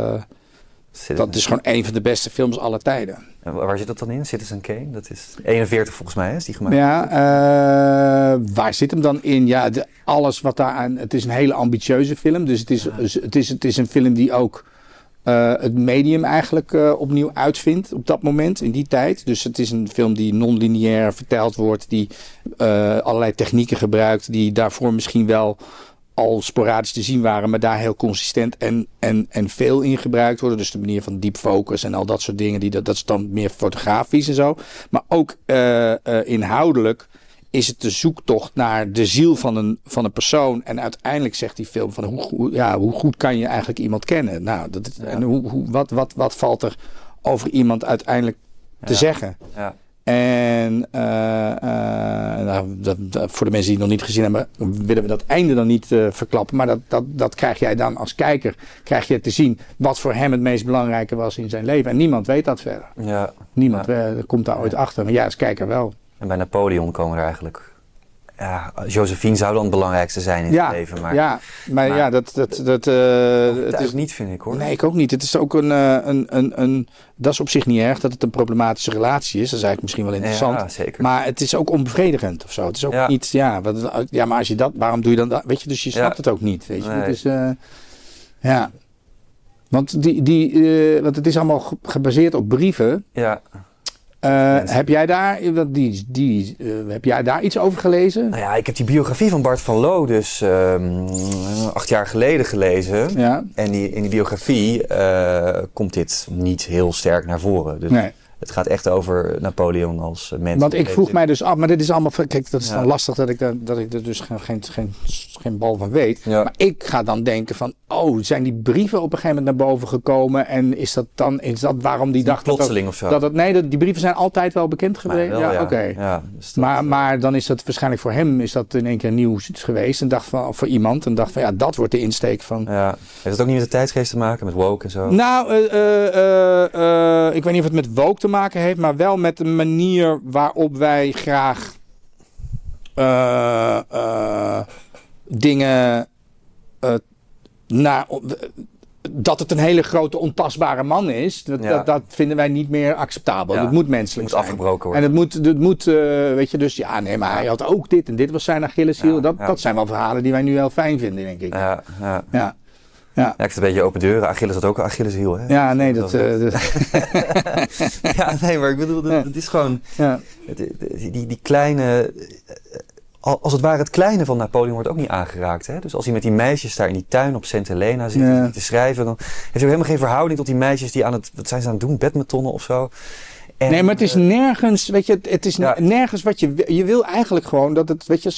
uh, dat is gewoon een van de beste films aller tijden. En waar zit dat dan in? Citizen Kane? Dat is eenenveertig volgens mij, is die gemaakt? Ja, uh, waar zit hem dan in? Ja, de, alles wat daar aan... Het is een hele ambitieuze film. Dus het is, ja. het is, het is een film die ook uh, het medium eigenlijk uh, opnieuw uitvindt op dat moment, in die tijd. Dus het is een film die non-lineair verteld wordt, die uh, allerlei technieken gebruikt, die daarvoor misschien wel al sporadisch te zien waren, maar daar heel consistent en, en, en veel in gebruikt worden. Dus de manier van deep focus en al dat soort dingen, die, dat, dat is dan meer fotografisch en zo. Maar ook uh, uh, inhoudelijk is het de zoektocht naar de ziel van een, van een persoon. En uiteindelijk zegt die film van hoe, hoe, ja, hoe goed kan je eigenlijk iemand kennen? Nou, dat, ja. en hoe, hoe, wat, wat, wat valt er over iemand uiteindelijk te ja. zeggen? Ja. En uh, uh, nou, dat, dat, voor de mensen die het nog niet gezien hebben, willen we dat einde dan niet uh, verklappen. Maar dat, dat, dat krijg jij dan als kijker, krijg je te zien wat voor hem het meest belangrijke was in zijn leven. En niemand weet dat verder. Ja. Niemand ja. uh, komt daar ooit ja. achter. Maar jij als kijker wel. En bij Napoleon komen er eigenlijk... Ja, Josephine zou dan het belangrijkste zijn in ja, het leven. Maar, ja, maar, maar ja, dat... dat, dat uh, het is niet, vind ik hoor. Nee, ik ook niet. Het is ook een, uh, een, een, een... Dat is op zich niet erg, dat het een problematische relatie is. Dat is eigenlijk misschien wel interessant. Ja, zeker. Maar het is ook onbevredigend of zo. Het is ook ja. niet... Ja, wat, ja, maar als je dat... Waarom doe je dan dat? Weet je, dus je snapt ja. het ook niet. Weet je. Nee. Het is... Uh, ja. Want, die, die, uh, want het is allemaal gebaseerd op brieven. Ja. Uh, heb jij daar, die, die, uh, heb jij daar iets over gelezen? Nou ja, ik heb die biografie van Bart van Loo dus um, acht jaar geleden gelezen. Ja. En die, in die biografie uh, komt dit niet heel sterk naar voren. Dus nee. Het gaat echt over Napoleon als mens. Want ik vroeg mij dus af, maar dit is allemaal... Kijk, dat is Ja. dan lastig dat ik, dat, dat ik er dus geen, geen, geen, geen bal van weet. Ja. Maar ik ga dan denken van... Oh, zijn die brieven op een gegeven moment naar boven gekomen? En is dat dan... Is dat waarom die dacht... plotseling dat, of zo? Dat het, nee, dat, die brieven zijn altijd wel bekend geweest. Wel, ja, ja. oké. Ja, dus dat, Maar, maar dan is dat waarschijnlijk voor hem... Is dat in één keer nieuws geweest. En dacht van, of voor iemand. En dacht van, ja, dat wordt de insteek van... Ja. Heeft het ook niet met de tijdsgeest te maken? Met woke en zo? Nou, uh, uh, uh, uh, ik weet niet of het met woke te maken heeft, maar wel met de manier waarop wij graag uh, uh, dingen uh, naar. Dat het een hele grote ontastbare man is, dat, Ja. dat, dat vinden wij niet meer acceptabel. Ja. Dat moet menselijk Het moet zijn. afgebroken worden. En het moet, het moet uh, weet je, dus ja, nee, maar hij had ook dit en dit was zijn Achilleshiel. Ja, dat, ja. dat zijn wel verhalen die wij nu heel fijn vinden, denk ik. Ja, ja. Ja. Ja, ik zit een beetje open deuren. Achilles had ook een Achilleshiel, hè? Ja, nee, dat... Uh, dat ja, nee, maar ik bedoel, het, het is gewoon... Ja. Het, die, die, die kleine... Als het ware het kleine van Napoleon wordt ook niet aangeraakt, hè? Dus als hij met die meisjes daar in die tuin op Saint Helena zit Ja. te schrijven... dan heeft hij helemaal geen verhouding tot die meisjes die aan het... Wat zijn ze aan het doen? Badmintonnen of zo? En, nee, maar het is nergens, weet je, het is Ja. nergens wat je... Je wil eigenlijk gewoon dat het, weet je...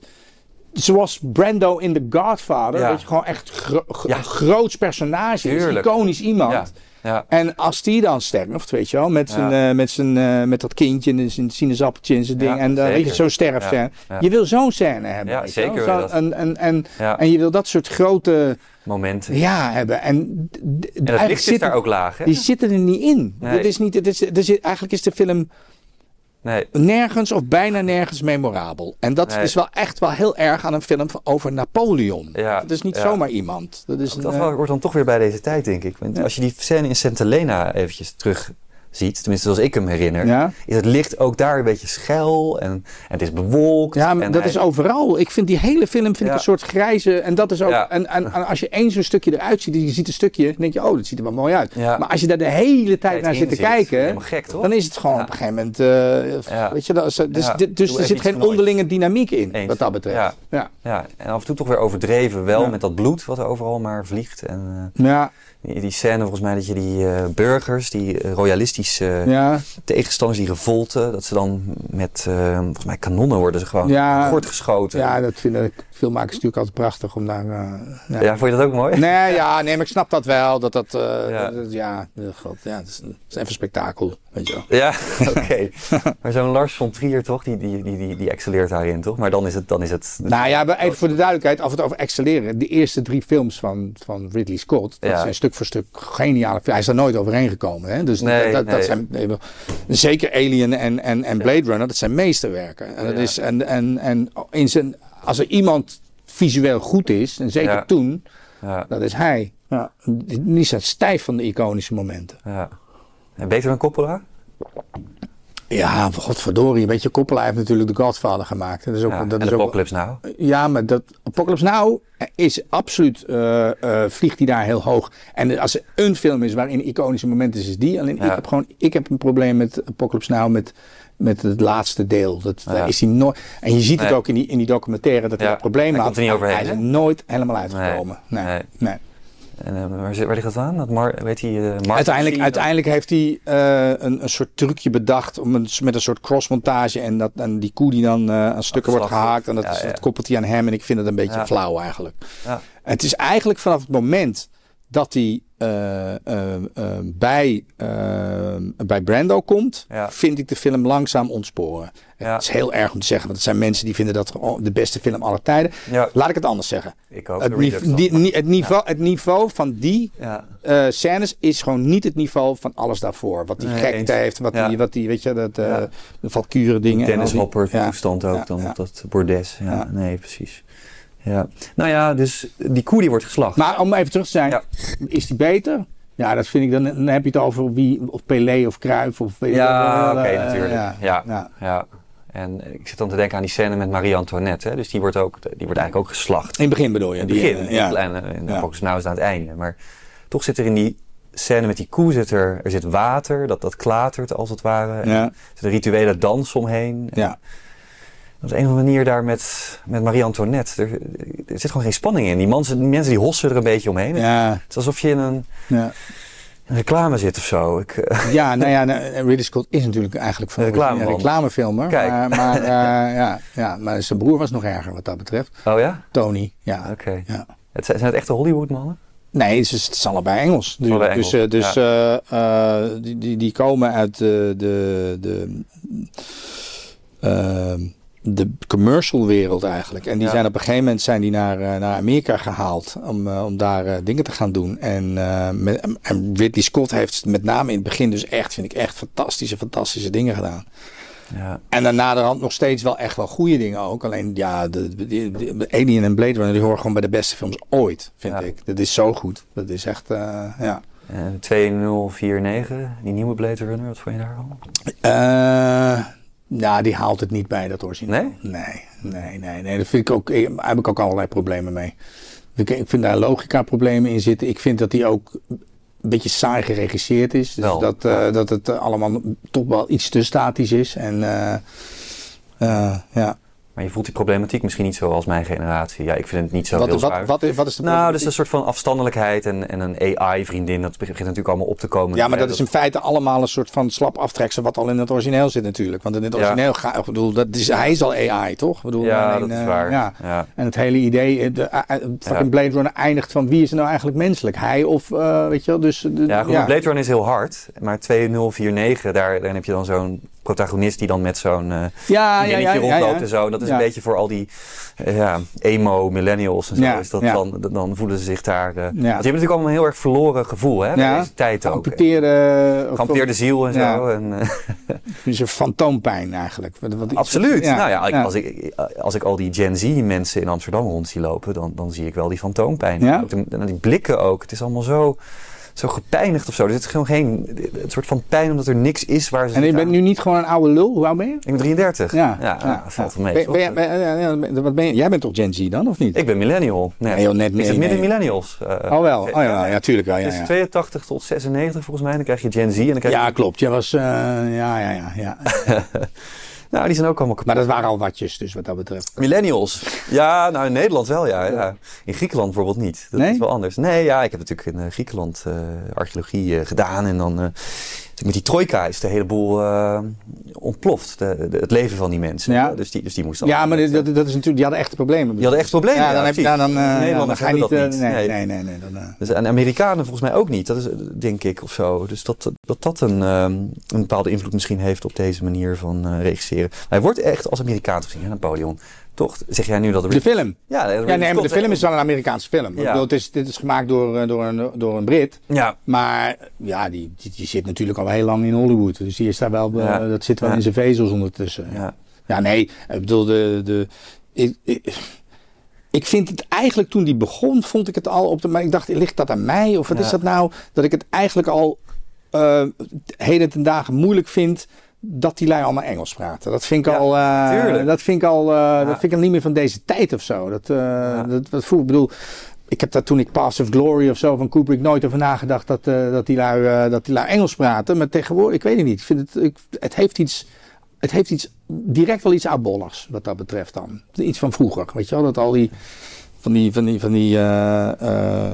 Zoals Brando in The Godfather, Ja. weet je, gewoon echt gro- gro- Ja. groots personage is, Tuurlijk. iconisch iemand. Ja, ja. En als die dan sterft, weet je wel, met, zijn, Ja. uh, met, zijn, uh, met dat kindje en zijn sinaasappeltje en zijn ding. Ja, en dan weet je, zeker. zo'n sterfscène. Ja, ja. Je wil zo'n scène hebben. Ja, weet je wel. zeker Zo, wil je dat. en, en, en, Ja. en je wil dat soort grote Momenten. ja hebben. En, d- d- En het eigenlijk licht is zit- daar ook laag, hè? die zitten er niet in. Nee. Dat is niet, het is, er zit, eigenlijk is de film Nee. nergens of bijna nergens memorabel. En dat Nee. is wel echt wel heel erg aan een film van- over Napoleon. Ja, Dat is niet ja. zomaar iemand. Dat is Ook een, dat eh, wel- wordt dan toch weer bij deze tijd, denk ik. Want Ja. als je die scène in Saint Helena eventjes terug ziet, tenminste zoals ik hem herinner, Ja. is het licht ook daar een beetje schel en, en het is bewolkt. ja, maar en dat hij- is overal. Ik vind die hele film vind ik Ja. een soort grijze. En dat is ook. Ja. En, en, en als je één zo'n stukje eruit ziet, je ziet een stukje, dan denk je, oh, dat ziet er wel mooi uit. Ja. Maar als je daar de hele tijd Tijd naar in zit te zit, kijken, helemaal gek, toch? dan is het gewoon Ja. op een gegeven moment. eh, Ja. Weet je, dat is, dus Ja. dit- dus Doe er even zit geen iets nooit. onderlinge dynamiek in, Eens. wat dat betreft. Ja. Ja. Ja, en af en toe toch weer overdreven wel Ja. met dat bloed wat er overal maar vliegt. En uh, Ja. die, die scène volgens mij dat je die uh, burgers, die uh, royalistische Ja. tegenstanders, die revolten, dat ze dan met, uh, volgens mij kanonnen worden ze gewoon Ja. gort geschoten. Ja, dat vinden filmmakers natuurlijk altijd prachtig om daar. Uh, ja. Ja, vond je dat ook mooi? Nee, ja, nee, maar ik snap dat wel. Dat dat, uh, Ja. dat- ja, uh, god, ja, het is, het is even spektakel, weet je wel. Ja, oké. Maar zo'n Lars von Trier toch, die, die, die, die, die excelleert daarin toch? Maar dan is het... Dan is het Nou ja, maar even voor de duidelijkheid, als we het over excelleren. De eerste drie films van, van Ridley Scott, dat Ja. zijn stuk voor stuk geniale films. Hij is daar nooit overheen gekomen. Hè? Dus Nee, dat, dat, nee. dat zijn, nee, wel- zeker Alien en, en, en Blade Runner, dat zijn meesterwerken. En, dat Ja. is, en, en, en in zijn, als er iemand visueel goed is, en zeker Ja. toen, Ja, dat is hij. Ja. Die staat stijf van de iconische momenten. ja. En beter dan Coppola? Ja, godverdorie. Weet je, Coppola heeft natuurlijk The Godfather gemaakt. Dat is ook, Ja, dat en is ook, Apocalypse Now? ja, maar dat Apocalypse Now is absoluut, uh, uh, vliegt hij daar heel hoog. En als er een film is waarin iconische momenten is, is die. Alleen Ja. ik heb gewoon, ik heb een probleem met Apocalypse Now, met, met het laatste deel. Dat, Ja. daar is hij nooit. En je ziet het Nee. ook in die, in die documentaire dat hij Ja, dat probleem hij had. komt er niet overheen, Hij is er hè? nooit helemaal uitgekomen. Nee. Nee. Nee. Nee. En uh, waar, zit- waar ligt dat aan? Dat Mar, weet hij, uh, Martin Uiteindelijk, Sheen? uiteindelijk heeft hij uh, een, een soort trucje bedacht om een, met een soort crossmontage en, dat, en die koe die dan uh, aan stukken wordt Afgeslacht gehaakt en dat, ja, is, ja. dat koppelt hij aan hem en ik vind het een beetje Ja. flauw eigenlijk. Ja. Het is eigenlijk vanaf het moment dat hij uh, uh, uh, bij, uh, bij Brando komt, Ja. vind ik de film langzaam ontsporen. Ja. Het is heel erg om te zeggen, want het zijn mensen die vinden dat de beste film aller tijden. Ja. Laat ik het anders zeggen. Ik ook. Het, de nive- Redux dan. die- ni- het, niveau, het niveau van die Ja. uh, scènes is gewoon niet het niveau van alles daarvoor. Wat die Nee, gekte eens. heeft, wat, Ja. die, wat die, weet je, dat, uh, Ja. de Valkyrie dingen. en Dennis al die- Hopper ja. toestand ook Ja, dan ja. op dat bordes. Ja, Ja. Nee, precies. Ja. Nou ja, dus die koe die wordt geslacht. Maar om even terug te zijn, Ja. is die beter? Ja, dat vind ik, dan, dan heb je het over wie, of Pelé of Cruijff of weet je Ja, wel, oké, uh, natuurlijk. Ja, Ja. ja. Ja. En ik zit dan te denken aan die scène met Marie Antoinette. Hè? Dus die wordt, ook, die wordt eigenlijk ook geslacht. In het begin bedoel je? In het die, begin. uh, In ja. de kleine, in de Ja. Apocalypse Now is het aan het einde. Maar toch zit er in die scène met die koe, zit er, er zit water, dat, dat klatert als het ware. Ja. Er zit een rituele dans omheen. Ja. Op een of andere manier daar met, met Marie Antoinette. Er, er zit gewoon geen spanning in. Die mensen, die mensen die hossen er een beetje omheen. Ja. Het is alsof je in een... Ja. reclame zit of zo. Ik, uh... Ja, nou ja, nou, Ridley Scott is natuurlijk eigenlijk van reclame een reclamefilmer. Kijk. Maar, maar, uh, ja, ja, maar zijn broer was nog erger wat dat betreft. Oh ja? Tony, ja. Oké. Okay. Ja. Het zijn het echte Hollywood-mannen? Nee, het is, het is allebei Engels. Allebei dus Engels. dus ja. uh, uh, die, die, die komen uit de, de, de, uh, de commercial wereld eigenlijk. En die ja. zijn op een gegeven moment zijn die naar, uh, naar Amerika gehaald om, uh, om daar uh, dingen te gaan doen. En, uh, met, en Ridley Scott heeft met name in het begin dus echt, vind ik echt fantastische, fantastische dingen gedaan. Ja. En daarna de hand nog steeds wel echt wel goede dingen ook. Alleen ja, de, de, de, de Alien en Blade Runner die horen gewoon bij de beste films ooit, vind ja. ik. Dat is zo goed. Dat is echt, uh, ja. En tweeduizend vierentachtig, die nieuwe Blade Runner, wat vond je daarvan? Uh, nou, die haalt het niet bij dat origineel. Nee? Nee, nee, nee. nee. Dat vind ik ook, daar heb ik ook allerlei problemen mee. Ik, ik vind daar logica problemen in zitten. Ik vind dat die ook een beetje saai geregisseerd is. Dus wel, dat, uh, ja. dat het uh, allemaal toch wel iets te statisch is. En uh, uh, ja. Maar je voelt die problematiek misschien niet zo als mijn generatie. Ja, ik vind het niet zo wat, heel wat, zwaar. Wat, wat, wat is de nou, dus een soort van afstandelijkheid en, en een A I-vriendin. Dat begint natuurlijk allemaal op te komen. Ja, maar dat is in feite allemaal een soort van slap aftreksel wat al in het origineel zit natuurlijk. Want in het origineel, ja. ga, ik bedoel, dat is, hij is al A I, toch? Ik bedoel, ja, alleen, dat is waar. Uh, ja. Ja. En het hele idee, de uh, fucking ja. Blade Runner eindigt van wie is er nou eigenlijk menselijk? Hij of, uh, weet je wel, dus... De, ja, goed, ja. Blade Runner is heel hard. Maar tweeduizend vierentachtig, daar, daar heb je dan zo'n protagonist die dan met zo'n uh, ja, ja, ja, rondloopt ja, ja. en zo. Dat is ja. een beetje voor al die uh, ja, emo, millennials en zo. Ja, is dat ja. dan, dan voelen ze zich daar... Uh, ja. Want je hebt natuurlijk allemaal een heel erg verloren gevoel, hè? Ja. Bij deze tijd ook. Amputeerde... Geamputeerde ziel en ja. zo. En, uh, dus een fantoompijn eigenlijk. Wat, wat Absoluut. Ja. Nou ja, ik, ja. Als, ik, als ik al die Gen Z mensen in Amsterdam rond zie lopen, dan, dan zie ik wel die fantoompijn. Ja? Ook de, die blikken ook. Het is allemaal zo... Zo gepijnigd of zo. Er zit gewoon geen... Het soort van pijn omdat er niks is waar ze... En je bent aan... nu niet gewoon een oude lul? Hoe oud ben je? Ik ben drieëndertig. Ja. Ja, ja. dat valt wel mee. Ben, ben, je, ben, ja, wat ben je? Jij bent toch Gen Z dan, of niet? Ik ben millennial. Nee, nee, joh, net, ik nee, zit midden nee. millennials. Uh, oh wel? Oh ja, ja, tuurlijk wel. Ja, het is ja. tweeëntachtig tot zesennegentig volgens mij. Dan krijg je Gen Z. En dan krijg ja, je... klopt. Je was... Uh, ja, ja, ja. ja. Nou, die zijn ook allemaal kapot. Maar dat waren al watjes, dus wat dat betreft. Millennials. Ja, nou in Nederland wel, ja. ja. In Griekenland bijvoorbeeld niet. Dat nee? is wel anders. Nee, ja, ik heb natuurlijk in uh, Griekenland uh, archeologie uh, gedaan. En dan uh, met die trojka is de hele boel uh, ontploft. De, de, het leven van die mensen. Ja. Dus, die, dus die moesten... Ja, maar dat, dat, dat is natuurlijk... Die hadden echte problemen. Die hadden echt problemen, ja. Dan ja, heb je dan... dan uh, Nederlanders ja, dan ga je hebben niet, dat uh, niet. Nee, nee, nee. nee dan, uh... dus, en Amerikanen volgens mij ook niet. Dat is denk ik of zo. Dus dat dat, dat een, um, een bepaalde invloed misschien heeft op deze manier van uh, regisseren. Hij wordt echt als Amerikaan gezien, hè, Napoleon. Toch? Zeg jij nu dat... De film? Ja, ja nee, maar de film is wel een Amerikaanse film. Ja. Ik bedoel, het is, dit is gemaakt door, door, een, door een Brit. Ja. Maar ja, die, die, die zit natuurlijk al heel lang in Hollywood. Dus die is daar wel, ja. uh, dat zit wel ja. in zijn vezels ondertussen. Ja, ja nee, ik bedoel, de... de ik, ik, ik vind het eigenlijk, toen die begon, vond ik het al op de... Maar ik dacht, ligt dat aan mij? Of wat ja. is dat nou? Dat ik het eigenlijk al uh, heden ten dagen moeilijk vind... dat die lui allemaal Engels praten. Dat vind ik ja, al... Uh, dat vind ik al, uh, ja. dat vind ik al niet meer van deze tijd of zo. Dat, uh, ja. dat, dat voel ik bedoel... Ik heb daar toen ik Paths of Glory of zo van Kubrick nooit over nagedacht dat, uh, dat, die lui, uh, dat die lui Engels praten. Maar tegenwoordig, ik weet het niet. Ik vind het, ik, het heeft iets... Het heeft iets, direct wel iets oudbolligs wat dat betreft dan. Iets van vroeger, weet je wel. Dat al die, van die, van die, van die, uh, uh,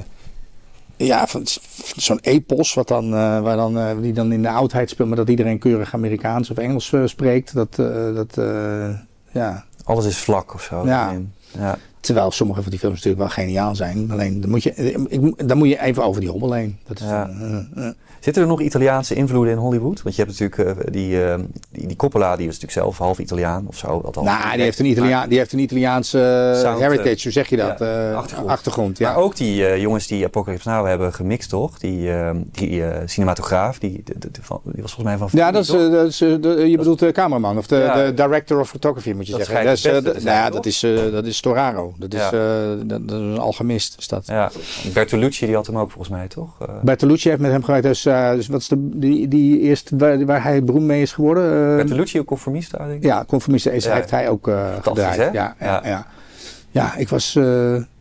ja, van, van zo'n epos, wat dan, uh, waar dan, uh, die dan in de oudheid speelt, maar dat iedereen keurig Amerikaans of Engels uh, spreekt. Dat, uh, dat, uh, ja. Alles is vlak of zo. Ja. ja. Terwijl sommige van die films natuurlijk wel geniaal zijn. Alleen, dan moet je, ik, dan moet je even over die hobbel heen. Dat is, ja. uh, uh, Zitten er nog Italiaanse invloeden in Hollywood? Want je hebt natuurlijk uh, die, uh, die, die Coppola, die was natuurlijk zelf half Italiaan of zo. Althans, nou, die heeft, een Italiaan, die heeft een Italiaanse Sound, heritage, hoe zeg je dat? Ja, uh, achtergrond. achtergrond ja. Maar ook die uh, jongens die Apocalypse Now hebben gemixt, toch? Die, uh, die uh, cinematograaf, die, de, de, de, van, die was volgens mij van... Ja, dat is, uh, dat is uh, de, je dat bedoelt de cameraman of de, ja, de director of photography moet je dat zeggen. Dat is, uh, beste, de, nou ja, dat is, uh, dat is Storaro. Dat is, ja. uh, dat, dat is een alchemist. Is dat. Ja, Bertolucci die had hem ook volgens mij, toch? Uh, Bertolucci heeft met hem gewerkt. Dus, uh, dus wat is de, die, die eerste waar, waar hij beroemd mee is geworden? Uh, Bertolucci, ook Conformista, denk ik. Ja, Conformista is, ja. heeft hij ook uh, gedraaid. Hè? Ja, ja, ja. ja. ja, ik was... Uh,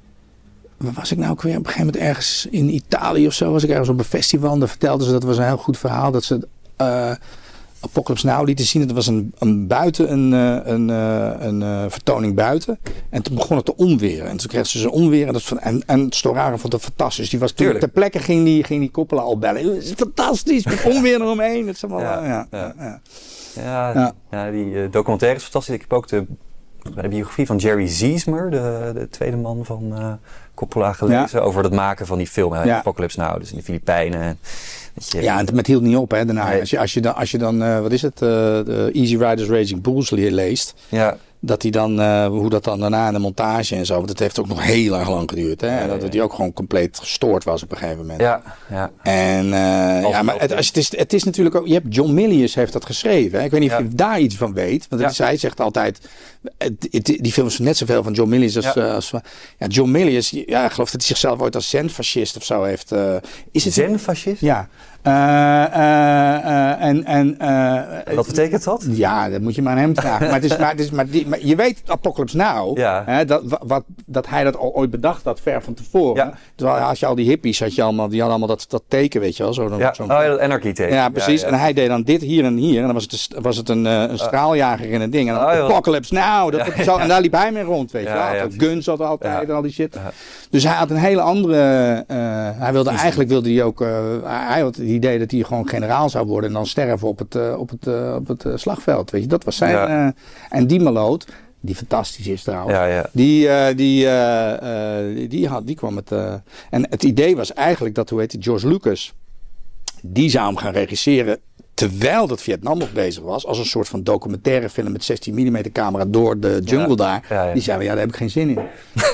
waar was ik nou ook weer? Op een gegeven moment ergens in Italië of zo. Was ik ergens op een festival. En daar vertelden ze, dat was een heel goed verhaal. Dat ze... Uh, Apocalypse Now lieten zien. Het was een, een buiten, een, een, een, een, een vertoning buiten. En toen begon het te onweren. En toen kreeg ze een onweer. En, dat van, en, en Storaro vond het fantastisch. Die was toen ter plekke ging die, ging die Coppola al bellen. Het is fantastisch, met onweer eromheen. Het is allemaal, ja, ja, ja. Ja. Ja, ja. ja, die uh, documentaire is fantastisch. Ik heb ook de, de biografie van Jerry Ziesmer, de, de tweede man van uh, Coppola, gelezen. Ja. Over het maken van die film. Ja. Apocalypse Now, dus in de Filipijnen. Je, ja, en het hield niet op, hè, daarna. Nee. Als je, als je dan, als je dan uh, wat is het, uh, de Easy Riders Raging Bulls leest. Ja. Dat hij dan, uh, hoe dat dan daarna in de montage en zo. Want het heeft ook nog heel erg lang geduurd. Hè? Ja, ja, ja. Dat hij ook gewoon compleet gestoord was op een gegeven moment. Ja, ja. En, uh, ja, maar het, als het, is, het is natuurlijk ook, je hebt John Milius heeft dat geschreven. Hè? Ik weet niet of ja. je daar iets van weet. Want ja. het is, hij zegt altijd, het, het, die film is net zoveel van John Milius als, ja. Uh, als ja, John Milius. Ja, ik geloof dat hij zichzelf ooit als zenfascist of zo heeft. Uh, is het zenfascist? Ja. Uh, uh, uh, en, en, uh, Wat betekent dat? Ja, dat moet je maar aan hem vragen. maar, het is, maar, het is, maar, die, maar je weet Apocalypse Now, ja. hè, dat, wat, dat hij dat al ooit bedacht had ver van tevoren. Ja. Terwijl als je al die hippies had, je allemaal, die hadden allemaal dat, dat teken, weet je wel. Zo, ja. zo'n, oh ja, dat anarchy teken. Ja, precies. Ja, ja. En hij deed dan dit hier en hier. En dan was het, was het een, een straaljager in een ding. En dan oh, Apocalypse Now. Dat, ja, zo, en daar liep hij mee rond, weet je ja, wel. Ja, Guns had altijd ja. en al die shit. Ja. Dus hij had een hele andere... Uh, hij wilde, eigenlijk wilde hij ook... Uh, hij had het idee dat hij gewoon generaal zou worden en dan sterven op het, uh, op het, uh, op het uh, slagveld. Weet je, dat was zijn. Ja. Uh, en die Maloot, die fantastisch is trouwens, ja, ja. Die, uh, die, uh, uh, die, die, had, die kwam het. Uh, en het idee was eigenlijk dat, hoe heet het, George Lucas, die zou hem gaan regisseren terwijl dat Vietnam nog bezig was, als een soort van documentaire film met zestien millimeter camera door de jungle ja. daar. Ja, ja. Die zei, ja, daar heb ik geen zin in.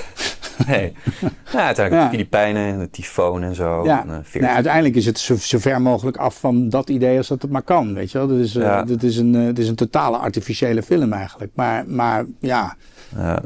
Nee. Nou, uiteindelijk ja. de Filipijnen en de tyfoon en zo. Ja. En, uh, nou, uiteindelijk is het zo, zo ver mogelijk af van dat idee als dat het maar kan. Weet je wel? Dat is, uh, ja. dat is, een, uh, dat is een totale artificiële film eigenlijk. Maar, maar ja... ja.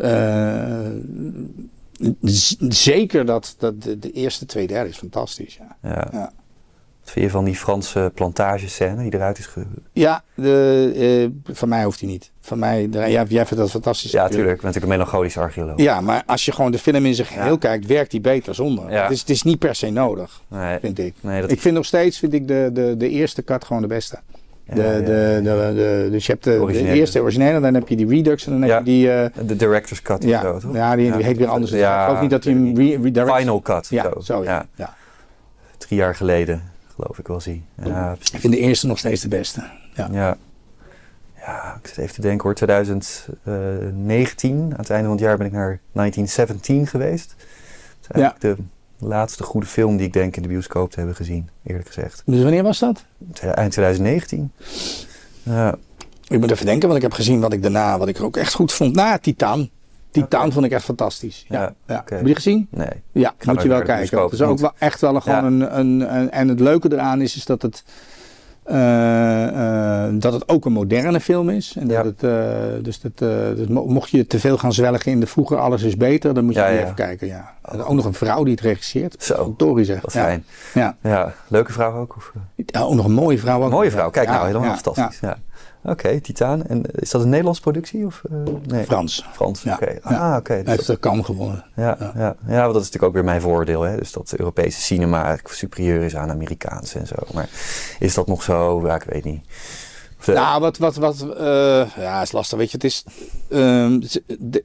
Uh, z- zeker dat, dat de, de eerste twee derde is fantastisch. Ja. Ja. Ja. Wat vind je van die Franse plantagescène die eruit is ge... Ja, de, uh, van mij hoeft hij niet. Van mij, de, ja, jij vindt dat fantastisch. Ja, natuurlijk. Ik ben natuurlijk een melancholische archeoloog. Ja, maar als je gewoon de film in zijn geheel ja. kijkt, werkt die beter zonder. Ja. Het, is, het is niet per se nodig, nee. vind ik. Nee, dat... Ik vind nog steeds vind ik de, de, de eerste cut gewoon de beste. Ja, de, ja, ja. De, de, de, dus je hebt de, de, de eerste originele, dan heb je die Redux en dan ja, heb je die... Uh, de director's cut ja, of zo, toch? Ja, die, die ja, heet weer anders. Ja, ik geloof niet dat hij hem re- redirect... Final cut. Ja, zo, zo ja. Ja. Ja. Drie jaar geleden, geloof ik wel zie. Ja, ik vind de eerste nog steeds de beste. Ja. Ja. Ja, ik zit even te denken hoor, twintig negentien, aan het einde van het jaar ben ik naar negentien zeventien geweest. Dat is eigenlijk ja. de laatste goede film die ik denk in de bioscoop te hebben gezien, eerlijk gezegd. Dus wanneer was dat? Eind twintig negentien. Ja. Ik moet even denken, want ik heb gezien wat ik daarna, wat ik ook echt goed vond. Na Titaan. Titaan okay. vond ik echt fantastistisch. Ja. Ja. Ja. Okay. Heb je gezien? Nee. Ja, moet je wel kijken. Het is ook wel echt wel een, gewoon ja. een, een, een... En het leuke eraan is, is dat het... Uh, uh, dat het ook een moderne film is. En dat ja. het, uh, dus, dat, uh, dus mocht je te veel gaan zwelgen in de vroeger alles is beter, dan moet je ja, ja. even kijken. Ja. Oh. Ook nog een vrouw die het regisseert. Zo, Tori zegt. Wat fijn. Ja. Ja. Leuke vrouw ook? Of? Ja, ook nog een mooie vrouw ook. Mooie vrouw, kijk ja, nou, helemaal ja, fantastisch. Ja. Ja. Oké, okay, Titaan. En is dat een Nederlandse productie? Of, uh, nee? Frans. Frans, ja. oké. Okay. Ja. Ah, oké. Okay. Dus hij heeft de Cannes gewonnen. Ja, ja. Ja. ja, want dat is natuurlijk ook weer mijn voordeel. Hè? Dus dat Europese cinema eigenlijk superieur is aan Amerikaanse en zo. Maar is dat nog zo? Ja, ik weet niet. De... Nou, wat, wat, wat, uh, ja, is lastig. Weet je, het is... Uh, de,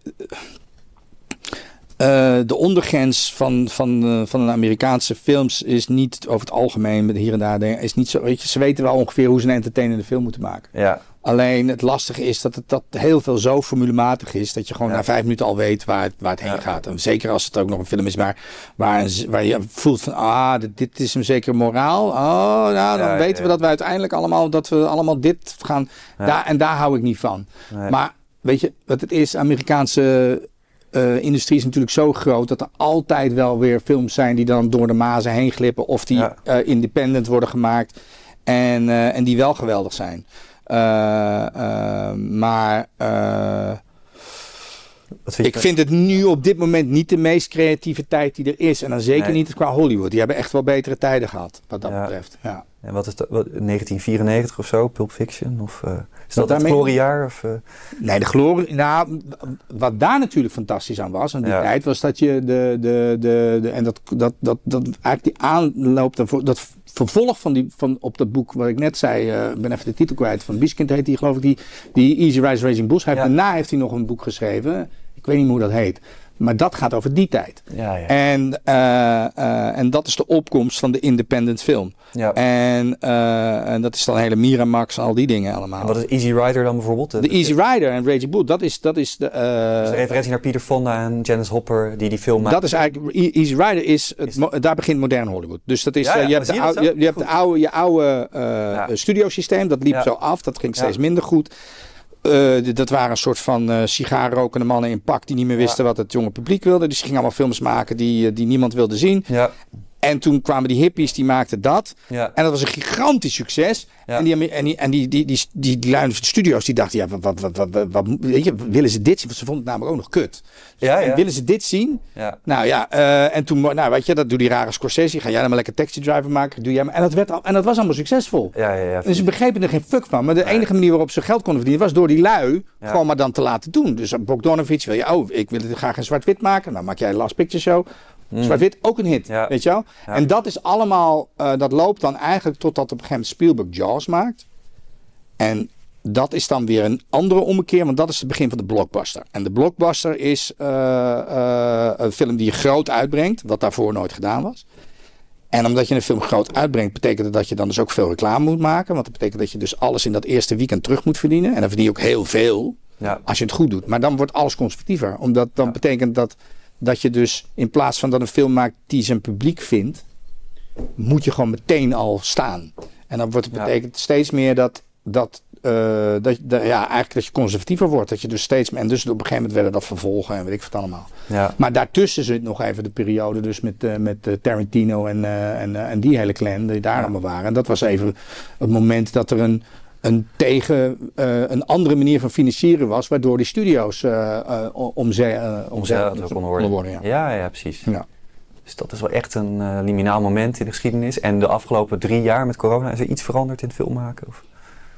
Uh, de ondergrens van, van, uh, van de Amerikaanse films is niet over het algemeen, met hier en daar, is niet zo. Weet je, ze weten wel ongeveer hoe ze een entertainende film moeten maken. Ja. Alleen het lastige is dat het dat heel veel zo formulematig is dat je gewoon ja. na vijf minuten al weet waar het, waar het heen ja. gaat. En zeker als het ook nog een film is waar, waar, waar je voelt van ah, dit, dit is hem zeker moraal. Oh, nou, dan ja, weten ja. we dat we uiteindelijk allemaal dat we allemaal dit gaan. Ja. Daar, en daar hou ik niet van. Nee. Maar weet je wat het is? Amerikaanse Uh, industrie is natuurlijk zo groot dat er altijd wel weer films zijn die dan door de mazen heen glippen of die ja. uh, independent worden gemaakt en, uh, en die wel geweldig zijn. Uh, uh, maar uh, vind ik dat? vind het nu op dit moment niet de meest creative tijd die er is en dan zeker nee. niet qua Hollywood. Die hebben echt wel betere tijden gehad wat dat ja. betreft. Ja. En wat is dat? Wat, negentien vierennegentig of zo? Pulp Fiction? Of uh, is dat daarmee... het gloriejaar? Of, uh... Nee, de glorie... Nou, wat daar natuurlijk fantastisch aan was aan die ja. tijd, was dat je de... de, de, de en dat, dat, dat, dat eigenlijk die aanloop daarvoor... Dat vervolg van, die, van op dat boek wat ik net zei, uh, ik ben even de titel kwijt, van Biskind heet die geloof ik, die, die Easy Rise Raging Bulls. Hij heeft, ja. Daarna heeft hij nog een boek geschreven, ik weet niet meer hoe dat heet. Maar dat gaat over die tijd. Ja, ja. En, uh, uh, en dat is de opkomst van de independent film. Ja. En, uh, en dat is dan hele Miramax en al die dingen allemaal. En wat is Easy Rider dan bijvoorbeeld? De, de Easy Rider en Raging Bull, dat is, dat is de... Uh, dus de referentie naar Peter Fonda en Janice Hopper die die film maken. Dat is eigenlijk... Easy Rider is... Het, is daar begint modern Hollywood. Dus dat is... Ja, ja, uh, je hebt, de oude, je, je hebt de oude, je oude uh, ja. studiosysteem. Dat liep ja. zo af. Dat ging steeds ja. minder goed. Uh, dat waren een soort van uh, sigarenrokende mannen in pak die niet meer wisten ja. wat het jonge publiek wilde. Dus die gingen allemaal films maken die, uh, die niemand wilde zien. Ja. En toen kwamen die hippies, die maakten dat. Ja. En dat was een gigantisch succes. Ja. En die, en die, en die, die, die, die, die lui van de studio's, die dachten, ja, wat, wat, wat, wat, wat, wat weet je, willen ze dit zien? Want ze vonden het namelijk ook nog kut. Ja, ja. En willen ze dit zien? Ja. Nou ja, uh, en toen, nou weet je, dat doe die rare Scorsese. Ga jij dan maar lekker Taxi Driver maken? Doe jij maar. En dat werd al, en dat was allemaal succesvol. Ja, ja, ja, dus ze begrepen er geen fuck van. Maar de ja. enige manier waarop ze geld konden verdienen was door die lui ja. gewoon maar dan te laten doen. Dus Bogdanovich wil je, oh, ik wil het graag in zwart-wit maken. Nou maak jij een Last Picture Show. Mm. Zwart-wit, ook een hit, ja. weet je wel? Ja. En dat is allemaal, uh, dat loopt dan eigenlijk totdat op een gegeven moment Spielberg Jaws maakt. En dat is dan weer een andere ommekeer, want dat is het begin van de blockbuster. En de blockbuster is uh, uh, een film die je groot uitbrengt, wat daarvoor nooit gedaan was. En omdat je een film groot uitbrengt, betekent dat dat je dan dus ook veel reclame moet maken. Want dat betekent dat je dus alles in dat eerste weekend terug moet verdienen. En dan verdien je ook heel veel, ja. als je het goed doet. Maar dan wordt alles conservatiever, omdat dan ja. betekent dat... Dat je dus in plaats van dat een film maakt die zijn publiek vindt, moet je gewoon meteen al staan. En dan wordt het betekent ja. steeds meer dat, dat, uh, dat, dat, ja, eigenlijk dat je conservatiever wordt. Dat je dus steeds meer, en dus op een gegeven moment werden dat vervolgen en weet ik wat allemaal. Ja. Maar daartussen zit nog even de periode dus met, uh, met uh, Tarantino en, uh, en, uh, en die hele clan die daar ja. allemaal waren. En dat was even het moment dat er een een tegen uh, een andere manier van financieren was, waardoor die studio's uh, uh, omzeild uh, omze konden worden. worden ja. Ja, ja, precies. Ja. Dus dat is wel echt een uh, liminaal moment in de geschiedenis. En de afgelopen drie jaar met corona, is er iets veranderd in het filmmaken? Of?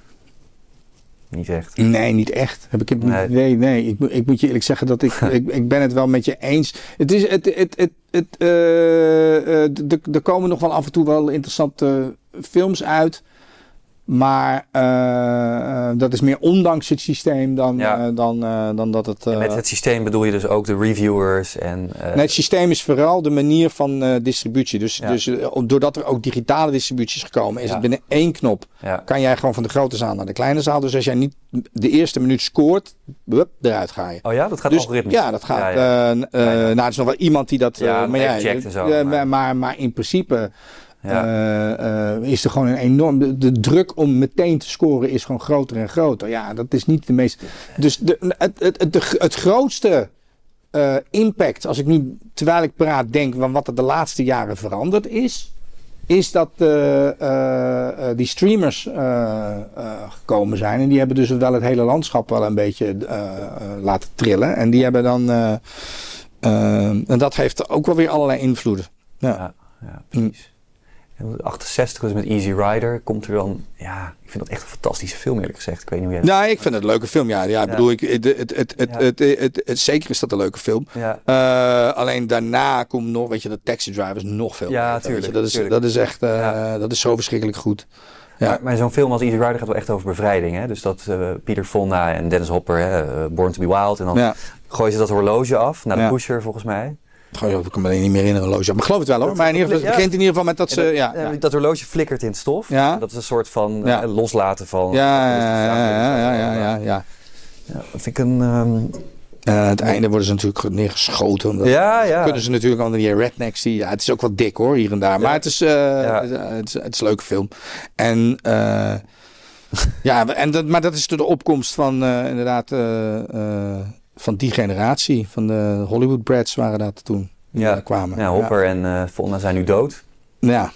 Niet echt? Nee, niet echt. Heb ik het nee. nee, nee. Ik, ik moet je eerlijk zeggen dat ik, ik, ik ben het wel met je eens. Het is, het, het, het, het, uh, uh, er komen nog wel af en toe wel interessante films uit. Maar uh, dat is meer ondanks het systeem dan, ja. uh, dan, uh, dan dat het... Uh... En met het systeem bedoel je dus ook de reviewers en... Uh... Nee, het systeem is vooral de manier van uh, distributie. Dus, ja. dus uh, doordat er ook digitale distributie is gekomen, is ja. het binnen één knop. Ja. Kan jij gewoon van de grote zaal naar de kleine zaal. Dus als jij niet de eerste minuut scoort, wup, eruit ga je. Oh ja, dat gaat dus, algoritmisch? Ja, dat gaat... Ja, ja. Uh, uh, ja, ja. Nou, er is nog wel iemand die dat... Ja, uh, maar ja, checkt en zo. Uh, maar. Maar, maar in principe... Ja. Uh, uh, is er gewoon een enorm... De, de druk om meteen te scoren is gewoon groter en groter. Ja, dat is niet de meest... Dus de, het, het, het, de, het grootste uh, impact, als ik nu, terwijl ik praat, denk van wat er de laatste jaren veranderd is, is dat uh, uh, uh, die streamers uh, uh, gekomen zijn. En die hebben dus wel het hele landschap wel een beetje uh, uh, laten trillen. En die hebben dan... Uh, uh, en dat heeft ook wel weer allerlei invloeden. Ja, ja, ja precies. achtenzestig was met Easy Rider. Komt er dan... Ja, ik vind dat echt een fantastische film, eerlijk gezegd. Ik weet niet hoe jij... Nou, ik vind het een leuke film, ja. Ja, ja. bedoel ik... Het, het, het, het, ja. het, het, het, het, zeker is dat een leuke film. Ja. Uh, alleen daarna komt nog... Weet je, de Taxi Driver is nog veel Ja, beter, tuurlijk. Dat is, tuurlijk. dat is echt... Uh, ja. Dat is zo verschrikkelijk goed. Ja. Maar, maar zo'n film als Easy Rider gaat wel echt over bevrijding, hè? Dus dat uh, Peter Fonda en Dennis Hopper, hè, uh, Born to be Wild. En dan ja. gooien ze dat horloge af naar de ja. pusher, volgens mij. Goh, ik kan me niet meer in een horloge. Maar ik geloof het wel hoor. Maar in ieder geval, het begint in ieder geval met dat ze... Dat, ja, ja. Ja. dat horloge flikkert in het stof. Ja. Dat is een soort van ja. uh, loslaten van... Ja, ja, ja, ja, ja, ja, ja. Ja, dat vind ik een... Um, uh, aan het einde worden ze natuurlijk neergeschoten. Omdat ja, ja. Kunnen ze natuurlijk onder die rednecks. Die, ja, het is ook wel dik hoor, hier en daar. Maar ja. het, is, uh, ja. het, is, het is een leuke film. En... Uh, ja, en dat, maar dat is de opkomst van uh, inderdaad... Uh, uh, van die generatie. Van de Hollywood brats waren dat toen. Ja, kwamen. ja, Hopper ja. en uh, Fonda zijn nu dood. Ja.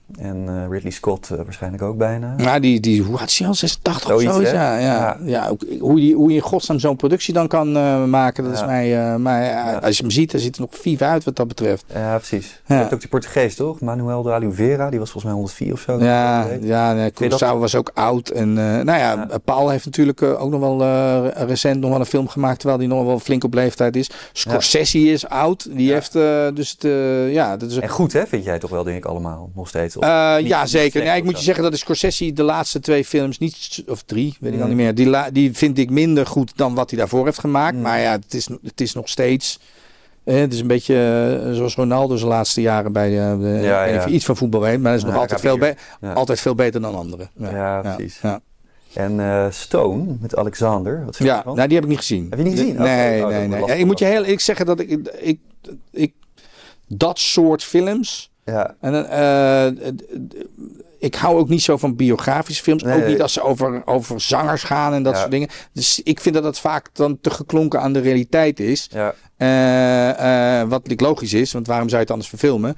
En uh, Ridley Scott uh, waarschijnlijk ook bijna. Ja, die, die hoe had hij al? zesentachtig of zo? Ja, ja, ja. ja ook, hoe, die, hoe je in godsnaam zo'n productie dan kan uh, maken, dat ja. is mij... Uh, mij uh, ja. Als je hem ziet, dan ziet er nog vief uit wat dat betreft. Ja, precies. Ja. Je hebt ook die Portugees, toch? Manuel de Oliveira, die was volgens mij honderdvier of zo. Ja, ja nee, Curaçao was ook oud. En uh, nou ja, ja. Paul heeft natuurlijk uh, ook nog wel uh, recent nog wel een film gemaakt, terwijl hij nog wel flink op leeftijd is. Scorsese ja. is oud. Die ja. heeft uh, dus... Het, uh, ja, dat is en goed, hè? Vind jij toch wel, denk ik, allemaal nog steeds? Of uh, ja, zeker. Nee, ik moet je zeggen dat de Scorsese de laatste twee films niet, of drie, weet ik mm. al niet meer, die, la, die vind ik minder goed dan wat hij daarvoor heeft gemaakt. Mm. Maar ja, het is, het is nog steeds, eh, het is een beetje uh, zoals Ronaldo zijn laatste jaren bij uh, de, ja, ja. even iets van voetbal weet, maar dat is nog ja, altijd, veel be- ja. altijd veel beter dan anderen. Ja, ja precies. Ja. En uh, Stone met Alexander, wat vind je ja, ervan? Nou, die heb ik niet gezien. Heb je niet gezien? Nee, oh, nee, nee. nee. Ja, ik moet je heel eerlijk zeggen dat ik, ik, ik, ik dat soort films. Ja. En uh, ik hou ook niet zo van biografische films. Nee, ook niet als ze over, over zangers gaan en dat ja. soort dingen. Dus ik vind dat dat vaak dan te geklonken aan de realiteit is. Ja. Uh, uh, wat logisch is, want waarom zou je het anders verfilmen?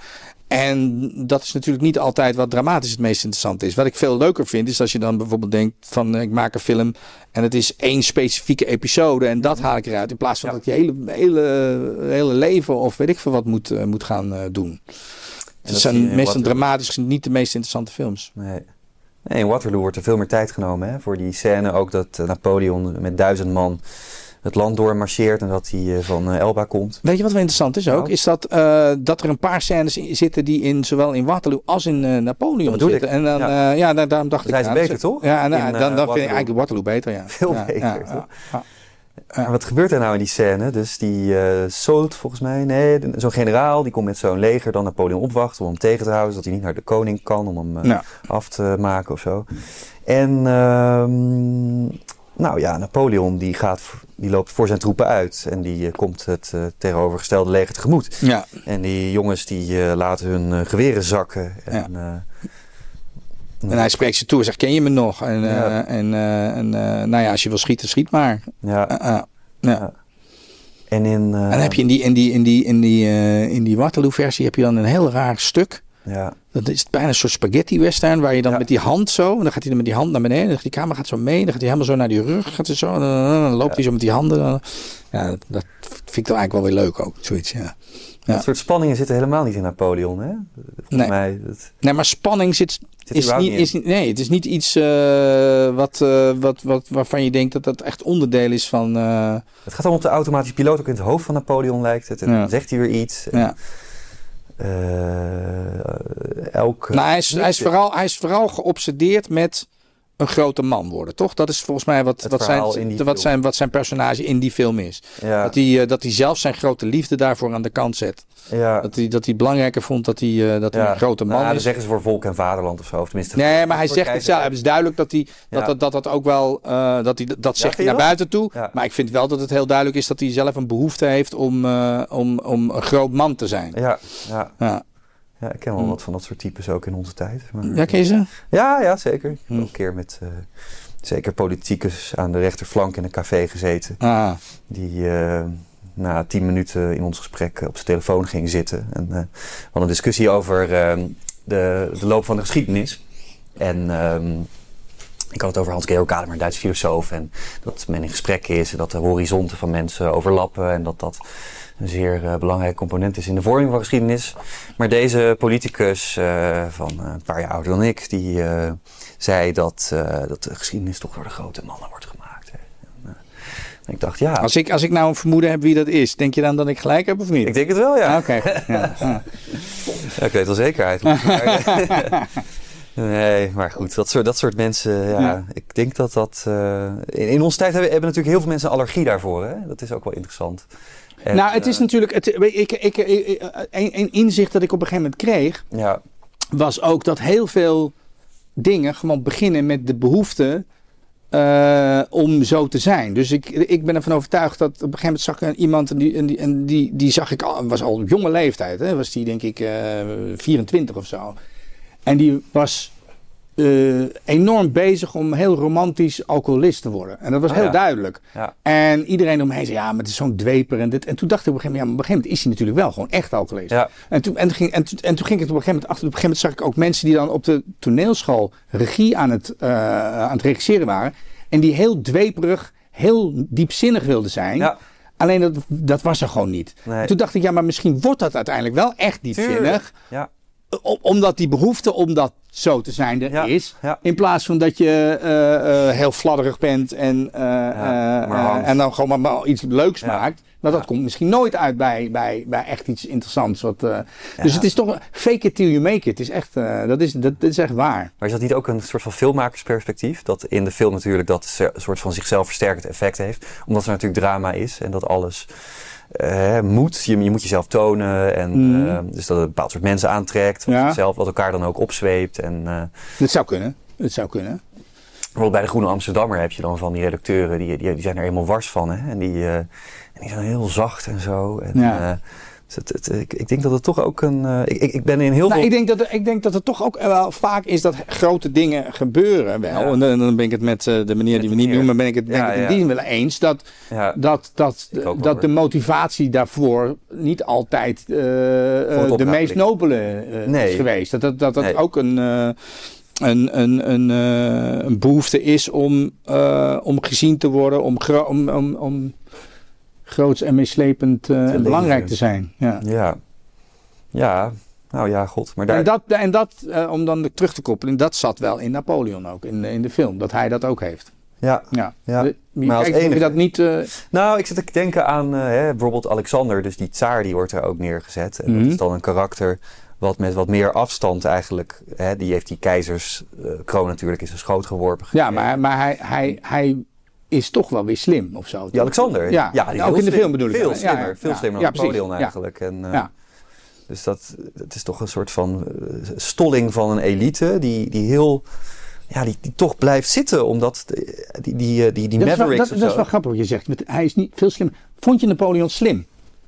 En dat is natuurlijk niet altijd wat dramatisch het meest interessant is. Wat ik veel leuker vind, is als je dan bijvoorbeeld denkt van uh, ik maak een film en het is één specifieke episode en dat haal ik eruit. In plaats van ja. dat ik je hele, hele, hele leven of weet ik veel wat moet, uh, moet gaan uh, doen. Het zijn meestal dramatisch niet de meest interessante films. Nee. nee, in Waterloo wordt er veel meer tijd genomen hè, voor die scène. Ook dat uh, Napoleon met duizend man het land doormarcheert en dat hij uh, van uh, Elba komt. Weet je wat wel interessant is ook? Nou. Is dat, uh, dat er een paar scènes in, zitten die in zowel in Waterloo als in uh, Napoleon dat zitten. Ik. En dan, ja, uh, ja daar, daarom dacht dat ik... Zijn ze beter, toch? Ja, nou, in, uh, dan, dan vind ik eigenlijk Waterloo beter, ja. Veel ja, beter, ja, toch? Ja, ja. Maar wat gebeurt er nou in die scène? Dus die uh, Soult, volgens mij, nee, zo'n generaal, die komt met zo'n leger dan Napoleon opwachten om hem tegen te houden, zodat hij niet naar de koning kan om hem uh, ja. af te maken of zo. En uh, nou ja, Napoleon die gaat, die loopt voor zijn troepen uit en die uh, komt het uh, tegenovergestelde leger tegemoet. Ja. En die jongens die uh, laten hun uh, geweren zakken. En, ja. uh, En hij spreekt ze toe en zegt, ken je me nog? En, ja. uh, en, uh, en uh, nou ja, als je wil schieten, schiet maar. Ja. Uh, uh, ja. ja. En, in, uh, en dan heb je in die, in die, in die, in die, uh, in die Waterloo-versie heb je dan een heel raar stuk. Ja. Dat is bijna een soort spaghetti-western, waar je dan ja. met die hand zo, en dan gaat hij dan met die hand naar beneden, dan gaat die camera gaat zo mee, dan gaat hij helemaal zo naar die rug, gaat hij zo, en dan loopt ja. hij zo met die handen. Ja, dat, dat vind ik dan eigenlijk wel weer leuk ook, zoiets, ja. Ja. Dat soort spanningen zitten helemaal niet in Napoleon, hè? Volgens nee. mij, dat... nee, maar spanning zit, zit is, niet, is niet... Nee, het is niet iets uh, wat, uh, wat, wat, waarvan je denkt dat dat echt onderdeel is van... Uh... Het gaat om op de automatische piloot, ook in het hoofd van Napoleon lijkt het. En ja. dan zegt hij weer iets. En, ja. uh, elk... Nou, hij is, hij, is vooral, hij is vooral geobsedeerd met... een grote man worden, toch? Dat is volgens mij wat, wat, zijn, wat, zijn, wat zijn personage in die film is. Ja. Dat, hij, uh, dat hij zelf zijn grote liefde daarvoor aan de kant zet. Ja. Dat hij dat hij belangrijker vond dat hij, uh, dat hij ja. een grote man nou, is. Dan zeggen ze voor volk en vaderland of zo. Of tenminste, nee, maar hij zegt het zelf. Het is duidelijk dat hij dat, ja. dat, dat, dat ook wel... Uh, dat, hij, dat zegt ja, hij naar buiten toe. Ja. Maar ik vind wel dat het heel duidelijk is dat hij zelf een behoefte heeft om, uh, om, om een groot man te zijn. Ja, ja. ja. Ja, ik ken wel wat van dat soort types ook in onze tijd. Maar, ja, ken je ze? Ja, ja, zeker. Ik heb hm. een keer met... Uh, zeker politicus aan de rechterflank in een café gezeten. Ah. Die uh, na tien minuten in ons gesprek op zijn telefoon ging zitten. En uh, we hadden een discussie over uh, de, de loop van de geschiedenis. En um, ik had het over Hans-Georg Gadamer, een Duitse filosoof. En dat men in gesprek is en dat de horizonten van mensen overlappen. En dat dat een zeer uh, belangrijk component is in de vorming van geschiedenis. Maar deze politicus uh, van uh, een paar jaar ouder dan ik, die uh, zei dat, uh, dat de geschiedenis toch door de grote mannen wordt gemaakt. Hè. En, uh, en ik dacht, ja... Als ik, als ik nou een vermoeden heb wie dat is, denk je dan dat ik gelijk heb of niet? Ik denk het wel, ja. Ah, Oké. Okay. Ja. Ah. Ja, ik weet wel zeker eigenlijk. Nee, maar goed, dat soort, dat soort mensen, ja, ja. Ik denk dat dat... Uh, in, in onze tijd hebben, hebben natuurlijk heel veel mensen allergie daarvoor, hè? Dat is ook wel interessant. En, nou, het is uh, natuurlijk... Het, ik, ik, ik, een, een inzicht dat ik op een gegeven moment kreeg... Ja. was ook dat heel veel dingen gewoon beginnen met de behoefte... Uh, om zo te zijn. Dus ik, ik ben ervan overtuigd dat... op een gegeven moment zag ik iemand... en die, en die, en die, die zag ik al... was al op jonge leeftijd. Hè? Was die denk ik uh, vierentwintig of zo. En die was uh, enorm bezig om heel romantisch alcoholist te worden. En dat was oh, heel ja. duidelijk. Ja. En iedereen omheen zei, ja, maar het is zo'n dweper en dit. En toen dacht ik op een gegeven moment, ja, maar op een gegeven moment is hij natuurlijk wel gewoon echt alcoholist. Ja. En, toen, en, toen ging, en, toen, en toen ging het op een gegeven moment achter. Op een gegeven moment zag ik ook mensen die dan op de toneelschool regie aan het, uh, aan het regisseren waren. En die heel dweperig, heel diepzinnig wilden zijn. Ja. Alleen dat, dat was er gewoon niet. Nee. Toen dacht ik, ja, maar misschien wordt dat uiteindelijk wel echt diepzinnig. Ja. Omdat die behoefte om dat zo te zijn er ja, is. Ja. In plaats van dat je uh, uh, heel fladderig bent en, uh, ja, uh, uh, en dan gewoon maar, maar iets leuks ja. maakt. Maar dat ja. komt misschien nooit uit bij, bij, bij echt iets interessants. Wat, uh, ja. Dus het is toch fake it till you make it. Het is echt, uh, dat, is, dat, dat is echt waar. Maar is dat niet ook een soort van filmmakersperspectief? Dat in de film natuurlijk dat een soort van zichzelf versterkend effect heeft. Omdat er natuurlijk drama is en dat alles... Uh, moet. Je, je moet jezelf tonen. En, mm. uh, dus dat het een bepaald soort mensen aantrekt. Wat, ja. zichzelf, wat elkaar dan ook opzweept. En, uh, het zou kunnen. Het zou kunnen. Bijvoorbeeld bij de Groene Amsterdammer heb je dan van die redacteuren. Die, die, die zijn er helemaal wars van. Hè? En, die, uh, en die zijn heel zacht en zo. En, ja. uh, dus het, het, ik, ik denk dat het toch ook een... Uh, ik, ik ben in heel nou, veel... Ik denk, dat, ik denk dat het toch ook wel vaak is dat grote dingen gebeuren wel. Ja. En dan, dan ben ik het met uh, de meneer die we niet noemen, ben ik het, ben ja, ik het in ja. die wel eens. Dat, ja. dat, dat, dat de motivatie daarvoor niet altijd uh, uh, de meest nobele uh, nee. is geweest. Dat dat, dat, dat nee. ook een... Uh, Een, een, een, uh, een behoefte is om, uh, om gezien te worden, om, gro- om, om, om groots en meeslepend uh, te belangrijk te zijn. Ja, ja. ja. Nou ja, god. Maar daar... En dat, en dat uh, om dan terug te koppelen, dat zat wel in Napoleon ook, in, in de film, dat hij dat ook heeft. Ja. ja. ja. De, maar als enige... je dat niet... Uh... Nou, ik zit te denken aan uh, hè, bijvoorbeeld Alexander, dus die tsaar, die wordt er ook neergezet. En mm-hmm. dat is dan een karakter... Wat met wat meer afstand eigenlijk... Hè, die heeft die keizerskroon uh, natuurlijk in zijn schoot geworpen. Ja, maar, maar hij, hij, hij is toch wel weer slim of zo. Die Alexander? Ja, ja die ook in de film bedoel ik. Veel slimmer, ja, ja. veel slimmer ja, dan Napoleon eigenlijk. Ja. En, uh, ja. Dus dat, dat is toch een soort van uh, stolling van een elite... die, die heel... Ja, die, die toch blijft zitten, omdat die, die, die, die dat Mavericks is wel, dat, dat is wel grappig wat je zegt. Hij is niet veel slimmer. Vond je Napoleon slim?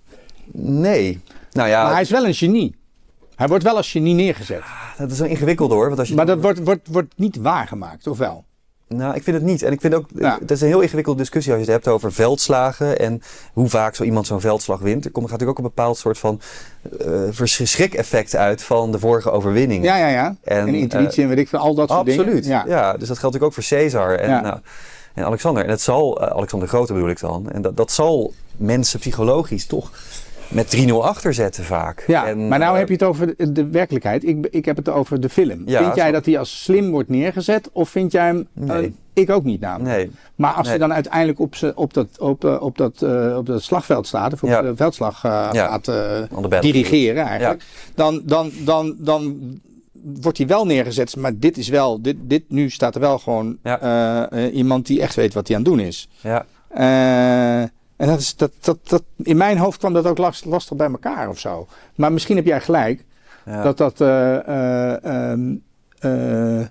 Nee. Nou ja, maar hij is wel een genie. Hij wordt wel als genie neergezet. Dat is wel ingewikkeld hoor. Want als je maar dat wordt, wordt, wordt niet waargemaakt, of wel? Nou, ik vind het niet. En ik vind ook, ja. dat is een heel ingewikkelde discussie als je het hebt over veldslagen en hoe vaak zo iemand zo'n veldslag wint. Er komt gaat natuurlijk ook een bepaald soort van uh, verschrik-effect uit van de vorige overwinning. Ja, ja, ja. En, en intuïtie uh, en weet ik veel, al dat soort absoluut. dingen. Absoluut. Ja. ja, dus dat geldt natuurlijk ook voor Caesar en, ja. nou, en Alexander. En het zal, uh, Alexander de Grote bedoel ik dan, en dat, dat zal mensen psychologisch toch... met drie nul achter zetten vaak. Ja, en, maar nou uh, heb je het over de, de werkelijkheid. Ik, ik heb het over de film. Ja, vind jij zo... dat hij als slim wordt neergezet? Of vind jij hem... Nee. Uh, ik ook niet namelijk. Nee. Maar als nee. hij dan uiteindelijk op, ze, op, dat, op, uh, op, dat, uh, op dat slagveld staat... of op ja. de veldslag uh, ja. gaat uh, dirigeren eigenlijk... Ja. Dan, dan, dan, dan wordt hij wel neergezet. Maar dit is wel... Dit, dit, nu staat er wel gewoon ja. uh, uh, iemand die echt weet wat hij aan het doen is. Ja. Uh, En dat is, dat, dat, dat, in mijn hoofd kwam dat ook last, lastig bij elkaar of zo. Maar misschien heb jij gelijk. Ja. Dat dat... Uh, uh, um, uh,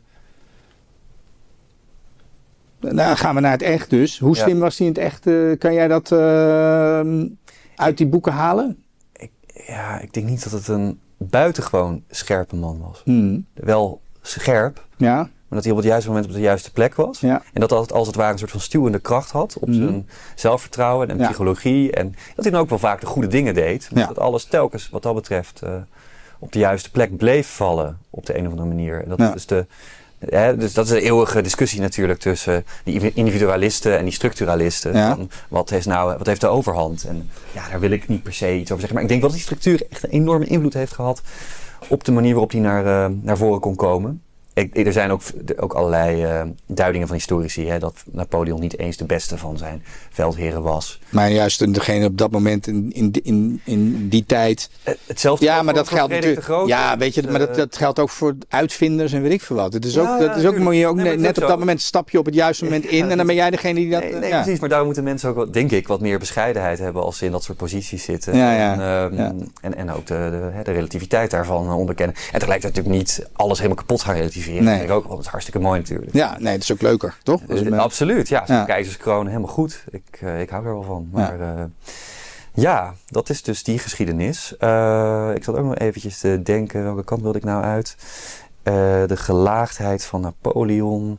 nou, gaan we naar het echt dus. Hoe slim ja. was hij in het echt? Uh, kan jij dat uh, uit die boeken halen? Ik, ja, ik denk niet dat het een buitengewoon scherpe man was. Hmm. Wel scherp. Ja. Maar dat hij op het juiste moment op de juiste plek was. Ja. En dat het als het ware een soort van stuwende kracht had op mm-hmm. zijn zelfvertrouwen en ja. psychologie. En dat hij dan ook wel vaak de goede dingen deed. Ja. Dat alles telkens wat dat betreft uh, op de juiste plek bleef vallen op de een of andere manier. En dat ja. is de, hè, dus dat is een eeuwige discussie natuurlijk tussen die individualisten en die structuralisten. Ja. Van wat, heeft nou, wat heeft de overhand? En ja, daar wil ik niet per se iets over zeggen. Maar ik denk wel dat die structuur echt een enorme invloed heeft gehad op de manier waarop die naar, uh, naar voren kon komen. Ik, er zijn ook, ook allerlei uh, duidingen van historici, hè, dat Napoleon niet eens de beste van zijn veldheren was. Maar juist degene op dat moment in, in, in, in die tijd. Hetzelfde. Ja, maar dat geldt natuurlijk. Ja, weet je, maar dat, dat geldt ook voor uitvinders en weet ik veel wat. Het is ook, ja, ja, dat is ook, moet je ook nee, net op dat moment stap je op het juiste moment in ja, en dan ben jij degene die dat. Nee, nee ja. precies. Maar daar moeten mensen ook, denk ik, wat meer bescheidenheid hebben als ze in dat soort posities zitten. Ja, ja, en, um, ja. en, en ook de, de, de relativiteit daarvan onderkennen. En tegelijkertijd natuurlijk niet alles helemaal kapot gaan relativeren. Nee. Dat vind ik ook, dat is hartstikke mooi natuurlijk. Ja, nee, dat is ook leuker, toch? Dus, men... Absoluut, ja. Zo'n ja. keizerskroon, helemaal goed. Ik, uh, ik hou er wel van. Maar ja. Uh, ja, dat is dus die geschiedenis. Uh, ik zat ook nog eventjes te denken, welke kant wilde ik nou uit? Uh, de gelaagdheid van Napoleon.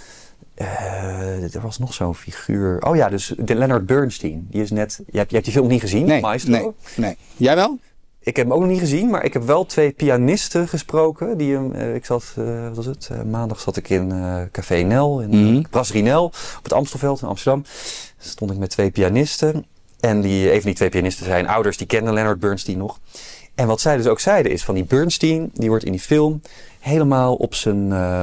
Uh, er was nog zo'n figuur. Oh ja, dus de Leonard Bernstein. Die is net. Je hebt, je hebt die film niet gezien, nee, Maestro? Nee, nee. Jij wel? Ik heb hem ook nog niet gezien, maar ik heb wel twee pianisten gesproken. Die hem. Uh, ik zat. Uh, wat was het? Uh, maandag zat ik in uh, Café Nel, in mm-hmm. Brasserie Nel, op het Amstelveld in Amsterdam. Stond ik met twee pianisten. En die, een van die twee pianisten zijn ouders, die kennen Leonard Bernstein nog. En wat zij dus ook zeiden is van die Bernstein, die wordt in die film helemaal op zijn, uh,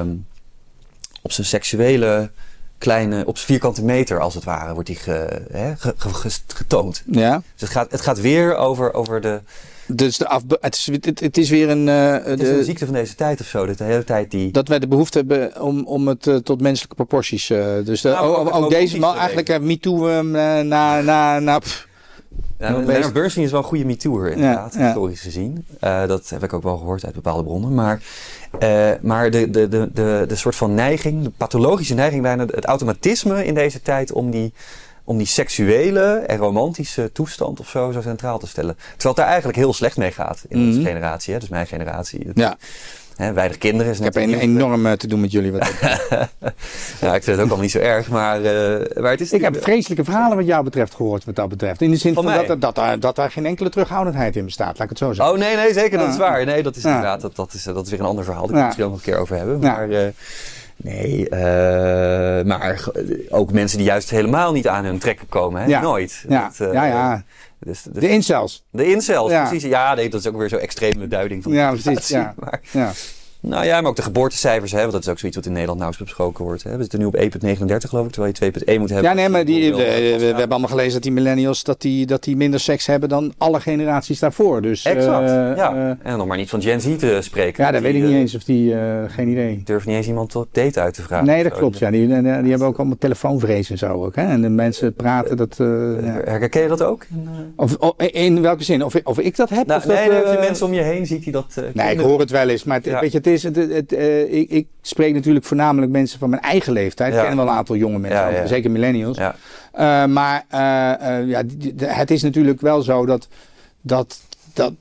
op zijn seksuele kleine, op zijn vierkante meter als het ware, wordt die ge, hè, ge, ge, getoond. Ja. Dus het gaat, het gaat weer over, over de... Dus de afbe- het, is, het, het is weer een... Uh, het is de, een ziekte van deze tijd of zo. De hele tijd die... Dat wij de behoefte hebben om, om het uh, tot menselijke proporties... Uh, dus de, nou, ook, ook, ook deze man, eigenlijk uh, MeToo uh, na... na, na pff, ja, Leonard Bernstein is wel een goede MeToo'er inderdaad, ja, historisch ja. gezien. Uh, dat heb ik ook wel gehoord uit bepaalde bronnen. Maar, uh, maar de, de, de, de, de soort van neiging, de pathologische neiging bijna, het automatisme in deze tijd om die... om die seksuele en romantische toestand of zo zo centraal te stellen. Terwijl het daar eigenlijk heel slecht mee gaat in onze mm-hmm. generatie. Hè? Dus mijn generatie. Het, ja. Hè, weinig kinderen. Is ik heb een, enorm uh, te doen met jullie. Wat ja, ik vind het ook allemaal niet zo erg. Maar, uh, maar het is ik heb vreselijke verhalen wat jou betreft gehoord wat dat betreft. In de zin van, van dat, dat, dat, daar, dat daar geen enkele terughoudendheid in bestaat. Laat ik het zo zeggen. Oh nee, nee zeker. Ja. Dat is waar. Nee, dat is ja. inderdaad. Dat, dat, is, dat is weer een ander verhaal. Daar kunnen we ja. het misschien ook nog een keer over hebben. Maar... Uh, Nee, uh, maar ook mensen die juist helemaal niet aan hun trekken komen. Hè? Ja. Nooit. Ja, dat, uh, ja. ja. Dus, dus de incels. De incels, ja. precies. Ja, nee, dat is ook weer zo'n extreme duiding van de ja, precies. Ja. Maar, ja. Nou ja, maar ook de geboortecijfers, hè, want dat is ook zoiets wat in Nederland nauwelijks besproken wordt. Hè. We zitten nu op één komma negenendertig geloof ik, terwijl je twee komma één moet hebben. Ja, nee, maar die, we, we, we hebben allemaal gelezen dat die millennials dat die, dat die minder seks hebben dan alle generaties daarvoor. Dus, exact, uh, ja. Uh, en nog maar niet van Gen Z te spreken. Ja, dat weet ik niet uh, eens of die, uh, geen idee. Ik durf niet eens iemand op date uit te vragen. Nee, dat klopt, ja. Die, die, die hebben ook allemaal telefoonvrees en zo ook. Hè? En de mensen praten dat... Uh, ja. Herken je dat ook? In, uh... of, of, in welke zin? Of, of ik dat heb? Nou, of nee, dat, nee, uh, heb je mensen om je heen ziet die dat... Uh, nee, ik hoor het wel eens. Maar het, ja. weet je, het is... Het, het, het, uh, ik, ik spreek natuurlijk voornamelijk mensen van mijn eigen leeftijd. Ik ja. ken wel een aantal jonge mensen, ja, ja. zeker millennials. Ja. Uh, maar uh, uh, ja, die, de, het is natuurlijk wel zo dat, dat, dat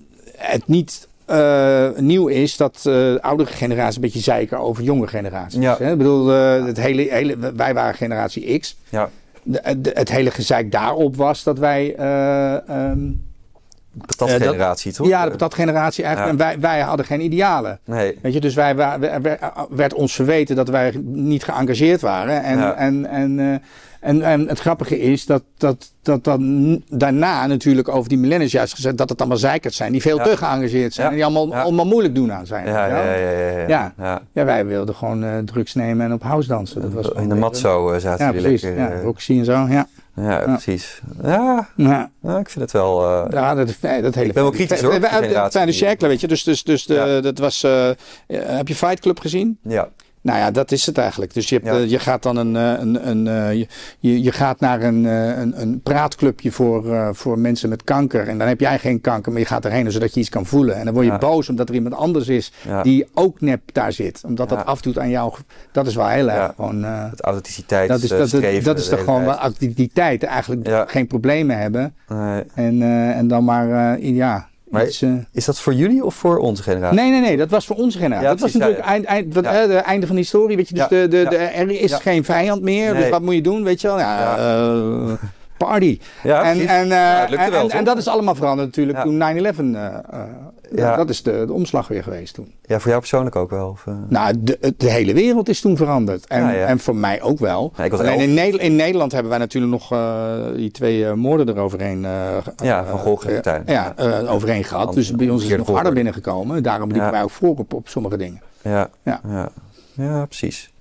het niet uh, nieuw is dat uh, oudere generaties een beetje zeiken over jonge generaties. Ja. Hè? Ik bedoel, uh, het hele, hele, wij waren generatie X. Ja. De, de, het hele gezeik daarop was dat wij... Uh, um, De patatgeneratie, uh, toch? Ja, de patatgeneratie eigenlijk. Ja. En wij, wij hadden geen idealen. Nee. Weet je, dus wij, wij, wij, werd ons verweten dat wij niet geëngageerd waren. En, ja. en, en, uh, en, en het grappige is dat, dat, dat dan daarna natuurlijk over die millennials juist gezegd dat het allemaal zeikers zijn. Die veel ja. te geëngageerd zijn. Ja. En die allemaal, ja. allemaal moeilijk doen aan zijn. Ja, ja, ja, ja, ja, ja. Ja. Ja. ja, wij wilden gewoon uh, drugs nemen en op house dansen. Dat was in de mat zo uh, zaten ja, die precies. lekker. Ja, Roxy en zo, ja. Ja, ja, precies. Ja, ja. ja, ik vind het wel... Uh, ja, dat, nee, dat hele... Ik ben wel kritisch hoor. Het zijn de Cercle, weet je. Dus, dus, dus de, ja. dat was... Uh, heb je Fight Club gezien? Ja. Nou ja, dat is het eigenlijk. Dus je, hebt, ja. uh, je gaat dan een, een, een, een je, je gaat naar een, een, een praatclubje voor, uh, voor mensen met kanker. En dan heb jij geen kanker, maar je gaat erheen zodat je iets kan voelen. En dan word je ja. boos omdat er iemand anders is ja. die ook nep daar zit. Omdat ja. dat afdoet aan jou. Dat is wel heel erg ja. gewoon... Uh, het authenticiteit dat is, dat, streven, dat is toch gewoon wel activiteit. Eigenlijk ja. geen problemen hebben. Nee. En, uh, en dan maar, uh, ja... Maar iets, uh, is dat voor jullie of voor onze generatie? Nee, nee, nee. Dat was voor onze generatie. Ja, dat was natuurlijk het ja, ja. eind, eind, ja. uh, einde van de historie. Weet je, dus ja. de, de, ja. de, er is ja. geen vijand meer. Nee. Dus wat moet je doen? Weet je wel? Ja, ja. Uh, party. Ja, en, en, uh, ja, en, wel, en, en dat is allemaal veranderd natuurlijk ja. toen nine eleven. Uh, uh, ja. Dat is de, de omslag weer geweest toen. Ja, voor jou persoonlijk ook wel? Of, uh... Nou, de, de hele wereld is toen veranderd. En, ja, ja. en voor mij ook wel. Ja, ik was Alleen in, Nederland, in Nederland hebben wij natuurlijk nog uh, die twee uh, moorden eroverheen. Uh, ja, van Gogh en Fortuyn. Uh, ja, uh, overheen gehad. An, dus bij ons is het nog harder voor. binnengekomen. Daarom liepen ja. wij ook voor op, op sommige dingen. Ja, ja. ja. ja precies.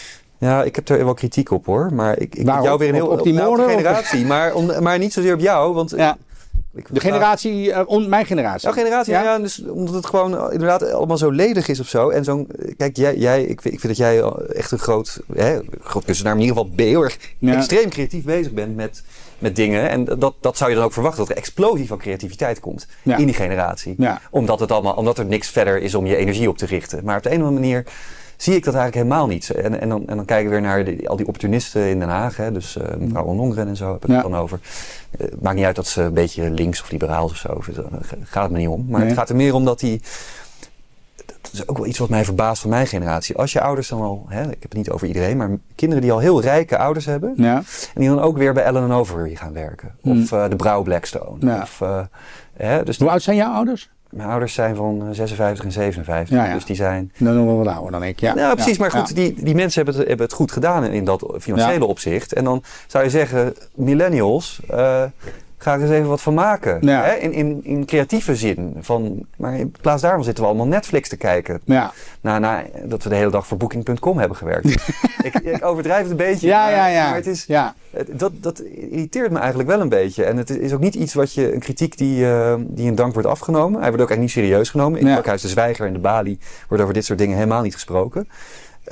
Ja, ik heb er wel kritiek op hoor. Maar ik, ik Waarom? jou weer een heel op, op die moorden, op generatie. Maar, om, maar niet zozeer op jou. Want ja. ik, de generatie, uh, on, mijn generatie. Jouw generatie, ja. ja dus, omdat het gewoon inderdaad allemaal zo ledig is of zo. En zo'n, kijk, jij, jij, ik, ik vind dat jij echt een groot, hè, groot kunstenaar, in ieder geval heel erg ja. extreem creatief bezig bent met, met dingen. En dat, dat zou je dan ook verwachten, dat er explosie van creativiteit komt ja. in die generatie. Ja. Omdat, het allemaal, omdat er niks verder is om je energie op te richten. Maar op de een of andere manier zie ik dat eigenlijk helemaal niet. En, en, dan, en dan kijken we weer naar de, al die opportunisten in Den Haag. Hè, dus uh, mevrouw Ollongren en zo heb ik ja. het dan over. Uh, het maakt niet uit dat ze een beetje links of liberaal of zo. Daar gaat het me niet om. Maar nee. het gaat er meer om dat die... is ook wel iets wat mij verbaast van mijn generatie. Als je ouders dan al, hè, ik heb het niet over iedereen, maar kinderen die al heel rijke ouders hebben. Ja. En die dan ook weer bij Allen and Overy gaan werken. Hmm. Of uh, de Brouw Blackstone. Ja. Of, uh, hè, dus hoe oud zijn jouw ouders? Mijn ouders zijn van zesenvijftig en zevenenvijftig. Ja, ja. Dus die zijn... Nou, nog wel wat ouder dan ik, ja. Ja, precies. Ja, maar goed, ja. die, die mensen hebben het, hebben het goed gedaan in, in dat financiële ja. opzicht. En dan zou je zeggen, millennials... Uh, ga er eens even wat van maken. Ja. Hè? In, in, in creatieve zin. Van, maar in plaats daarvan zitten we allemaal Netflix te kijken. Ja. Na, na, dat we de hele dag voor Booking punt com hebben gewerkt. ik, ik overdrijf het een beetje. Ja, maar, ja, ja. maar het is, ja. dat, dat irriteert me eigenlijk wel een beetje. En het is ook niet iets wat je, een kritiek die, uh, die in dank wordt afgenomen. Hij wordt ook echt niet serieus genomen. In het ja. Pakhuis de Zwijger en de Bali wordt over dit soort dingen helemaal niet gesproken. Uh,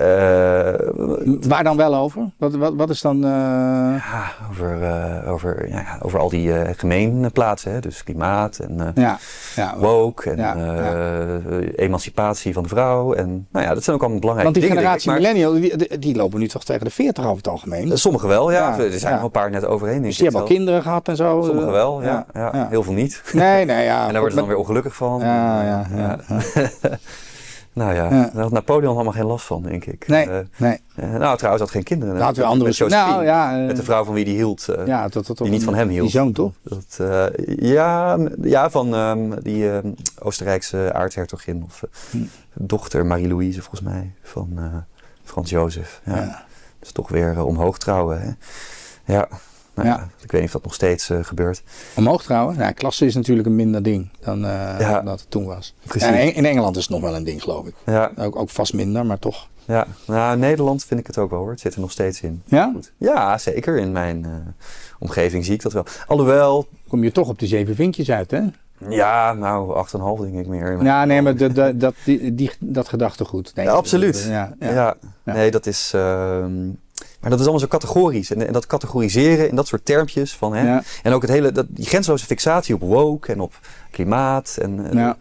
Waar dan wel over? Wat, wat, wat is dan... Uh... Ja, over, uh, over, ja, over al die uh, gemeenplaatsen. Hè? Dus klimaat en uh, ja, ja, woke en ja, ja. Uh, emancipatie van de vrouw. En, nou ja, dat zijn ook allemaal belangrijke dingen. Want die generatie millennial, die, die, die lopen nu toch tegen de veertig over het algemeen? Sommigen wel, ja. ja er zijn ja. nog een paar net overheen. Dus die hebben al kinderen gehad en zo? Sommigen wel, ja. ja. ja. Heel veel niet. Nee, nee, ja. En daar worden ze dan weer ongelukkig van. Ja, ja, ja. ja. ja. Nou ja, ja, daar had Napoleon allemaal geen last van, denk ik. Nee, uh, nee. Uh, nou, trouwens had geen kinderen. Dat had weer andere met nou, ja, uh, met de vrouw van wie die hield. Uh, ja, dat, dat, die niet van hem hield. Die zoon, toch? Dat, uh, ja, ja, van um, die uh, Oostenrijkse aartshertogin. Of uh, hm. dochter Marie-Louise, volgens mij, van uh, Frans Jozef. Ja. Ja. Dus toch weer uh, omhoog trouwen, hè. Ja. Nou, ja. Ik weet niet of dat nog steeds uh, gebeurt. Omhoog trouwen? Ja, klasse is natuurlijk een minder ding dan, uh, ja. dan dat het toen was. Ja, in, in Engeland is het nog wel een ding, geloof ik. Ja. Ook, ook vast minder, maar toch. Ja, nou, in Nederland vind ik het ook wel, hoor. Het zit er nog steeds in. Ja? Goed. Ja, zeker. In mijn uh, omgeving zie ik dat wel. Alhoewel... Kom je toch op de zeven vinkjes uit, hè? Ja, nou, acht komma vijf denk ik meer. Ja, nee, maar de, de, dat, die, die, dat gedachtegoed. Ja, absoluut. Ja, ja. Ja. Ja. Nee, dat is... Uh, Maar dat is allemaal zo categorisch. En, en dat categoriseren in dat soort termpjes. Van, hè? Ja. En ook het hele, dat, die grenzeloze fixatie op woke en op klimaat. En, ja.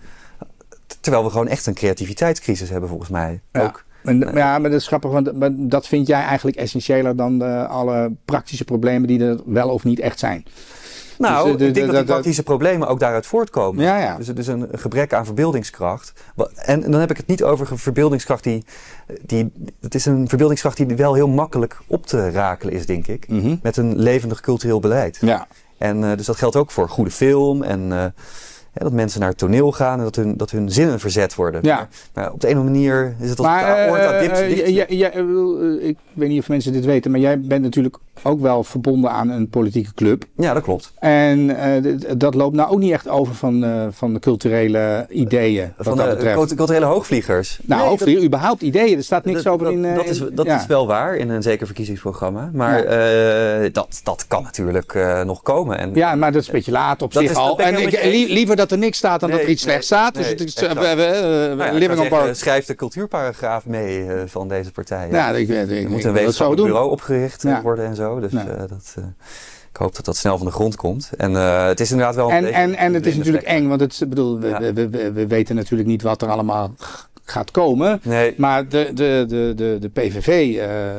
t- terwijl we gewoon echt een creativiteitscrisis hebben, volgens mij. Ja. Ook. En, uh, ja, maar dat is grappig. Want maar dat vind jij eigenlijk essentiëler dan de, alle praktische problemen die er wel of niet echt zijn. Nou, dus, de, de, de, ik denk de, dat die de, praktische de, problemen ook daaruit voortkomen. Ja, ja. Dus het is een gebrek aan verbeeldingskracht. En, en dan heb ik het niet over een verbeeldingskracht die, die... Het is een verbeeldingskracht die wel heel makkelijk op te rakelen is, denk ik. Mm-hmm. Met een levendig cultureel beleid. Ja. En uh, dus dat geldt ook voor goede film en... Uh, Ja, dat mensen naar het toneel gaan en dat hun, dat hun zinnen verzet worden. Ja. Maar, maar op de een of andere manier is het als maar, het oort aan dipt. Uh, ja, ja, uh, ik weet niet of mensen dit weten, maar jij bent natuurlijk ook wel verbonden aan een politieke club. Ja, dat klopt. En uh, d- dat loopt nou ook niet echt over van, uh, van de culturele ideeën. Wat van dat de betreft. culturele hoogvliegers. Nou, nee, hoogvliegers, dat, überhaupt ideeën. Er staat niks dat, over dat, in... Uh, dat is, dat ja. is wel waar in een zeker verkiezingsprogramma. Maar ja. uh, dat, dat kan natuurlijk uh, nog komen. En, ja, maar dat is een beetje laat op zich is, al. En ik, li- liever dat er niks staat dan nee, dat er iets nee, slechts staat. Nee, dus het is uh, uh, uh, nou ja, living on board. Schrijf de cultuurparagraaf mee uh, van deze partijen. Ja, ik, ik, er ik, moet een wetenschappelijk bureau opgericht ja. worden en zo. Dus ja. uh, dat... Uh, Ik hoop dat dat snel van de grond komt. En uh, het is inderdaad wel een En, beetje en, en het is natuurlijk eng, want het, bedoel, we, ja. we, we, we weten natuurlijk niet wat er allemaal gaat komen. Nee. Maar de, de, de, de, de P V V, uh,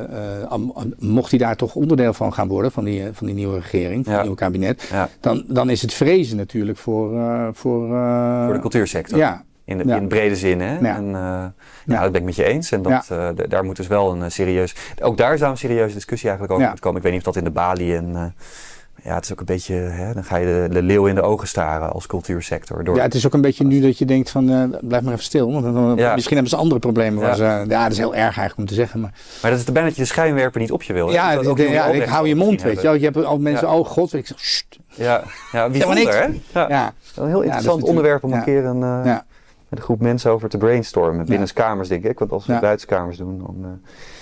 uh, mocht hij daar toch onderdeel van gaan worden, van die, van die nieuwe regering, van ja. het nieuwe kabinet, ja. dan, dan is het vrezen natuurlijk voor... Uh, voor, uh, voor de cultuursector. Ja. In de, ja. in de brede zin, hè? Ja. En, uh, ja, ja, dat ben ik met je eens. En dat, ja. uh, d- daar moet dus wel een uh, serieus... Ook daar zou een serieuze discussie eigenlijk over ja. moeten komen. Ik weet niet of dat in de Bali en... Uh, ja, het is ook een beetje... Hè, dan ga je de, de leeuw in de ogen staren als cultuursector. Door... Ja, het is ook een beetje nu dat je denkt van... Uh, blijf maar even stil. Want dan, ja. misschien hebben ze andere problemen. Ja. Waar ze, ja, dat is heel erg eigenlijk om te zeggen. Maar, maar dat is bijna dat je de schijnwerper niet op je wil. Ja, de, de, ja ik hou je mond, weet je wel. Je hebt al mensen... Ja. Oh god, ik zeg... Sst. Ja, ja bijzonder, ja, hè? Ja. Ja. Een heel interessant ja, onderwerp om ja. een keer een... Uh, ja. met een groep mensen over te brainstormen. Binnenskamers, denk ik. Want als we ja. buitenskamers doen, dan uh,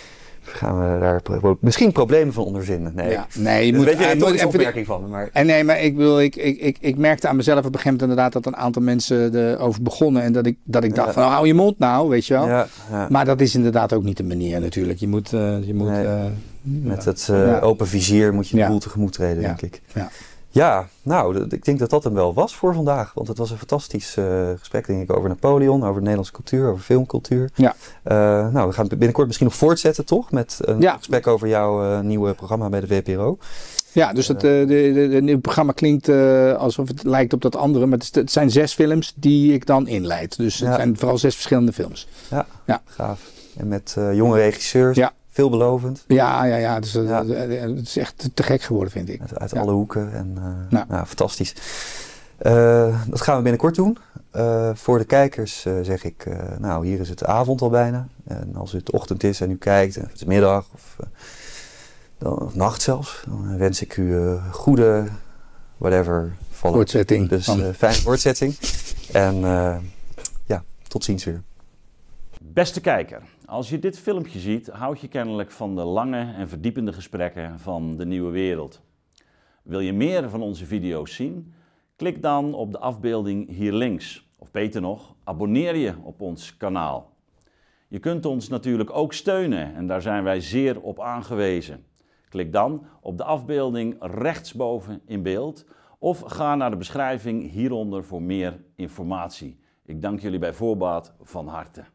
gaan we daar pro- misschien problemen van ondervinden. Nee, ja. nee je dus moet... Weet je, een retorische opmerking van me. Maar... En nee, maar ik, wil, ik, ik, ik, ik merkte aan mezelf op een gegeven moment inderdaad dat een aantal mensen erover begonnen. En dat ik, dat ik dacht ja. van, hou je mond nou, weet je wel. Ja, ja. Maar dat is inderdaad ook niet de manier natuurlijk. Je moet... Uh, je moet nee. uh, Met het uh, ja. open vizier moet je de ja. boel tegemoet treden, ja. denk ik. Ja. Ja, nou, ik denk dat dat hem wel was voor vandaag. Want het was een fantastisch uh, gesprek, denk ik, over Napoleon, over de Nederlandse cultuur, over filmcultuur. Ja. Uh, nou, we gaan het binnenkort misschien nog voortzetten, toch? Met een ja. gesprek over jouw uh, nieuwe programma bij de V P R O. Ja, dus het, uh, de, de, de, het programma klinkt uh, alsof het lijkt op dat andere. Maar het, het zijn zes films die ik dan inleid. Dus het ja. zijn vooral zes verschillende films. Ja, ja. Gaaf. En met uh, jonge regisseurs. Ja. Veelbelovend. Ja, ja, ja. Dus, ja. Uh, het is echt te gek geworden, vind ik. Uit, uit ja. alle hoeken. En, uh, ja. nou, fantastisch. Uh, dat gaan we binnenkort doen. Uh, voor de kijkers uh, zeg ik, uh, nou, hier is het avond al bijna. En als het ochtend is en u kijkt, of het is middag of, uh, dan, of nacht zelfs, dan wens ik u uh, goede, whatever, vallen. Voortzetting. Dus uh, fijne voortzetting. En uh, ja, tot ziens weer. Beste kijker, als je dit filmpje ziet, houd je kennelijk van de lange en verdiepende gesprekken van de nieuwe wereld. Wil je meer van onze video's zien? Klik dan op de afbeelding hier links. Of beter nog, abonneer je op ons kanaal. Je kunt ons natuurlijk ook steunen en daar zijn wij zeer op aangewezen. Klik dan op de afbeelding rechtsboven in beeld of ga naar de beschrijving hieronder voor meer informatie. Ik dank jullie bij voorbaat van harte.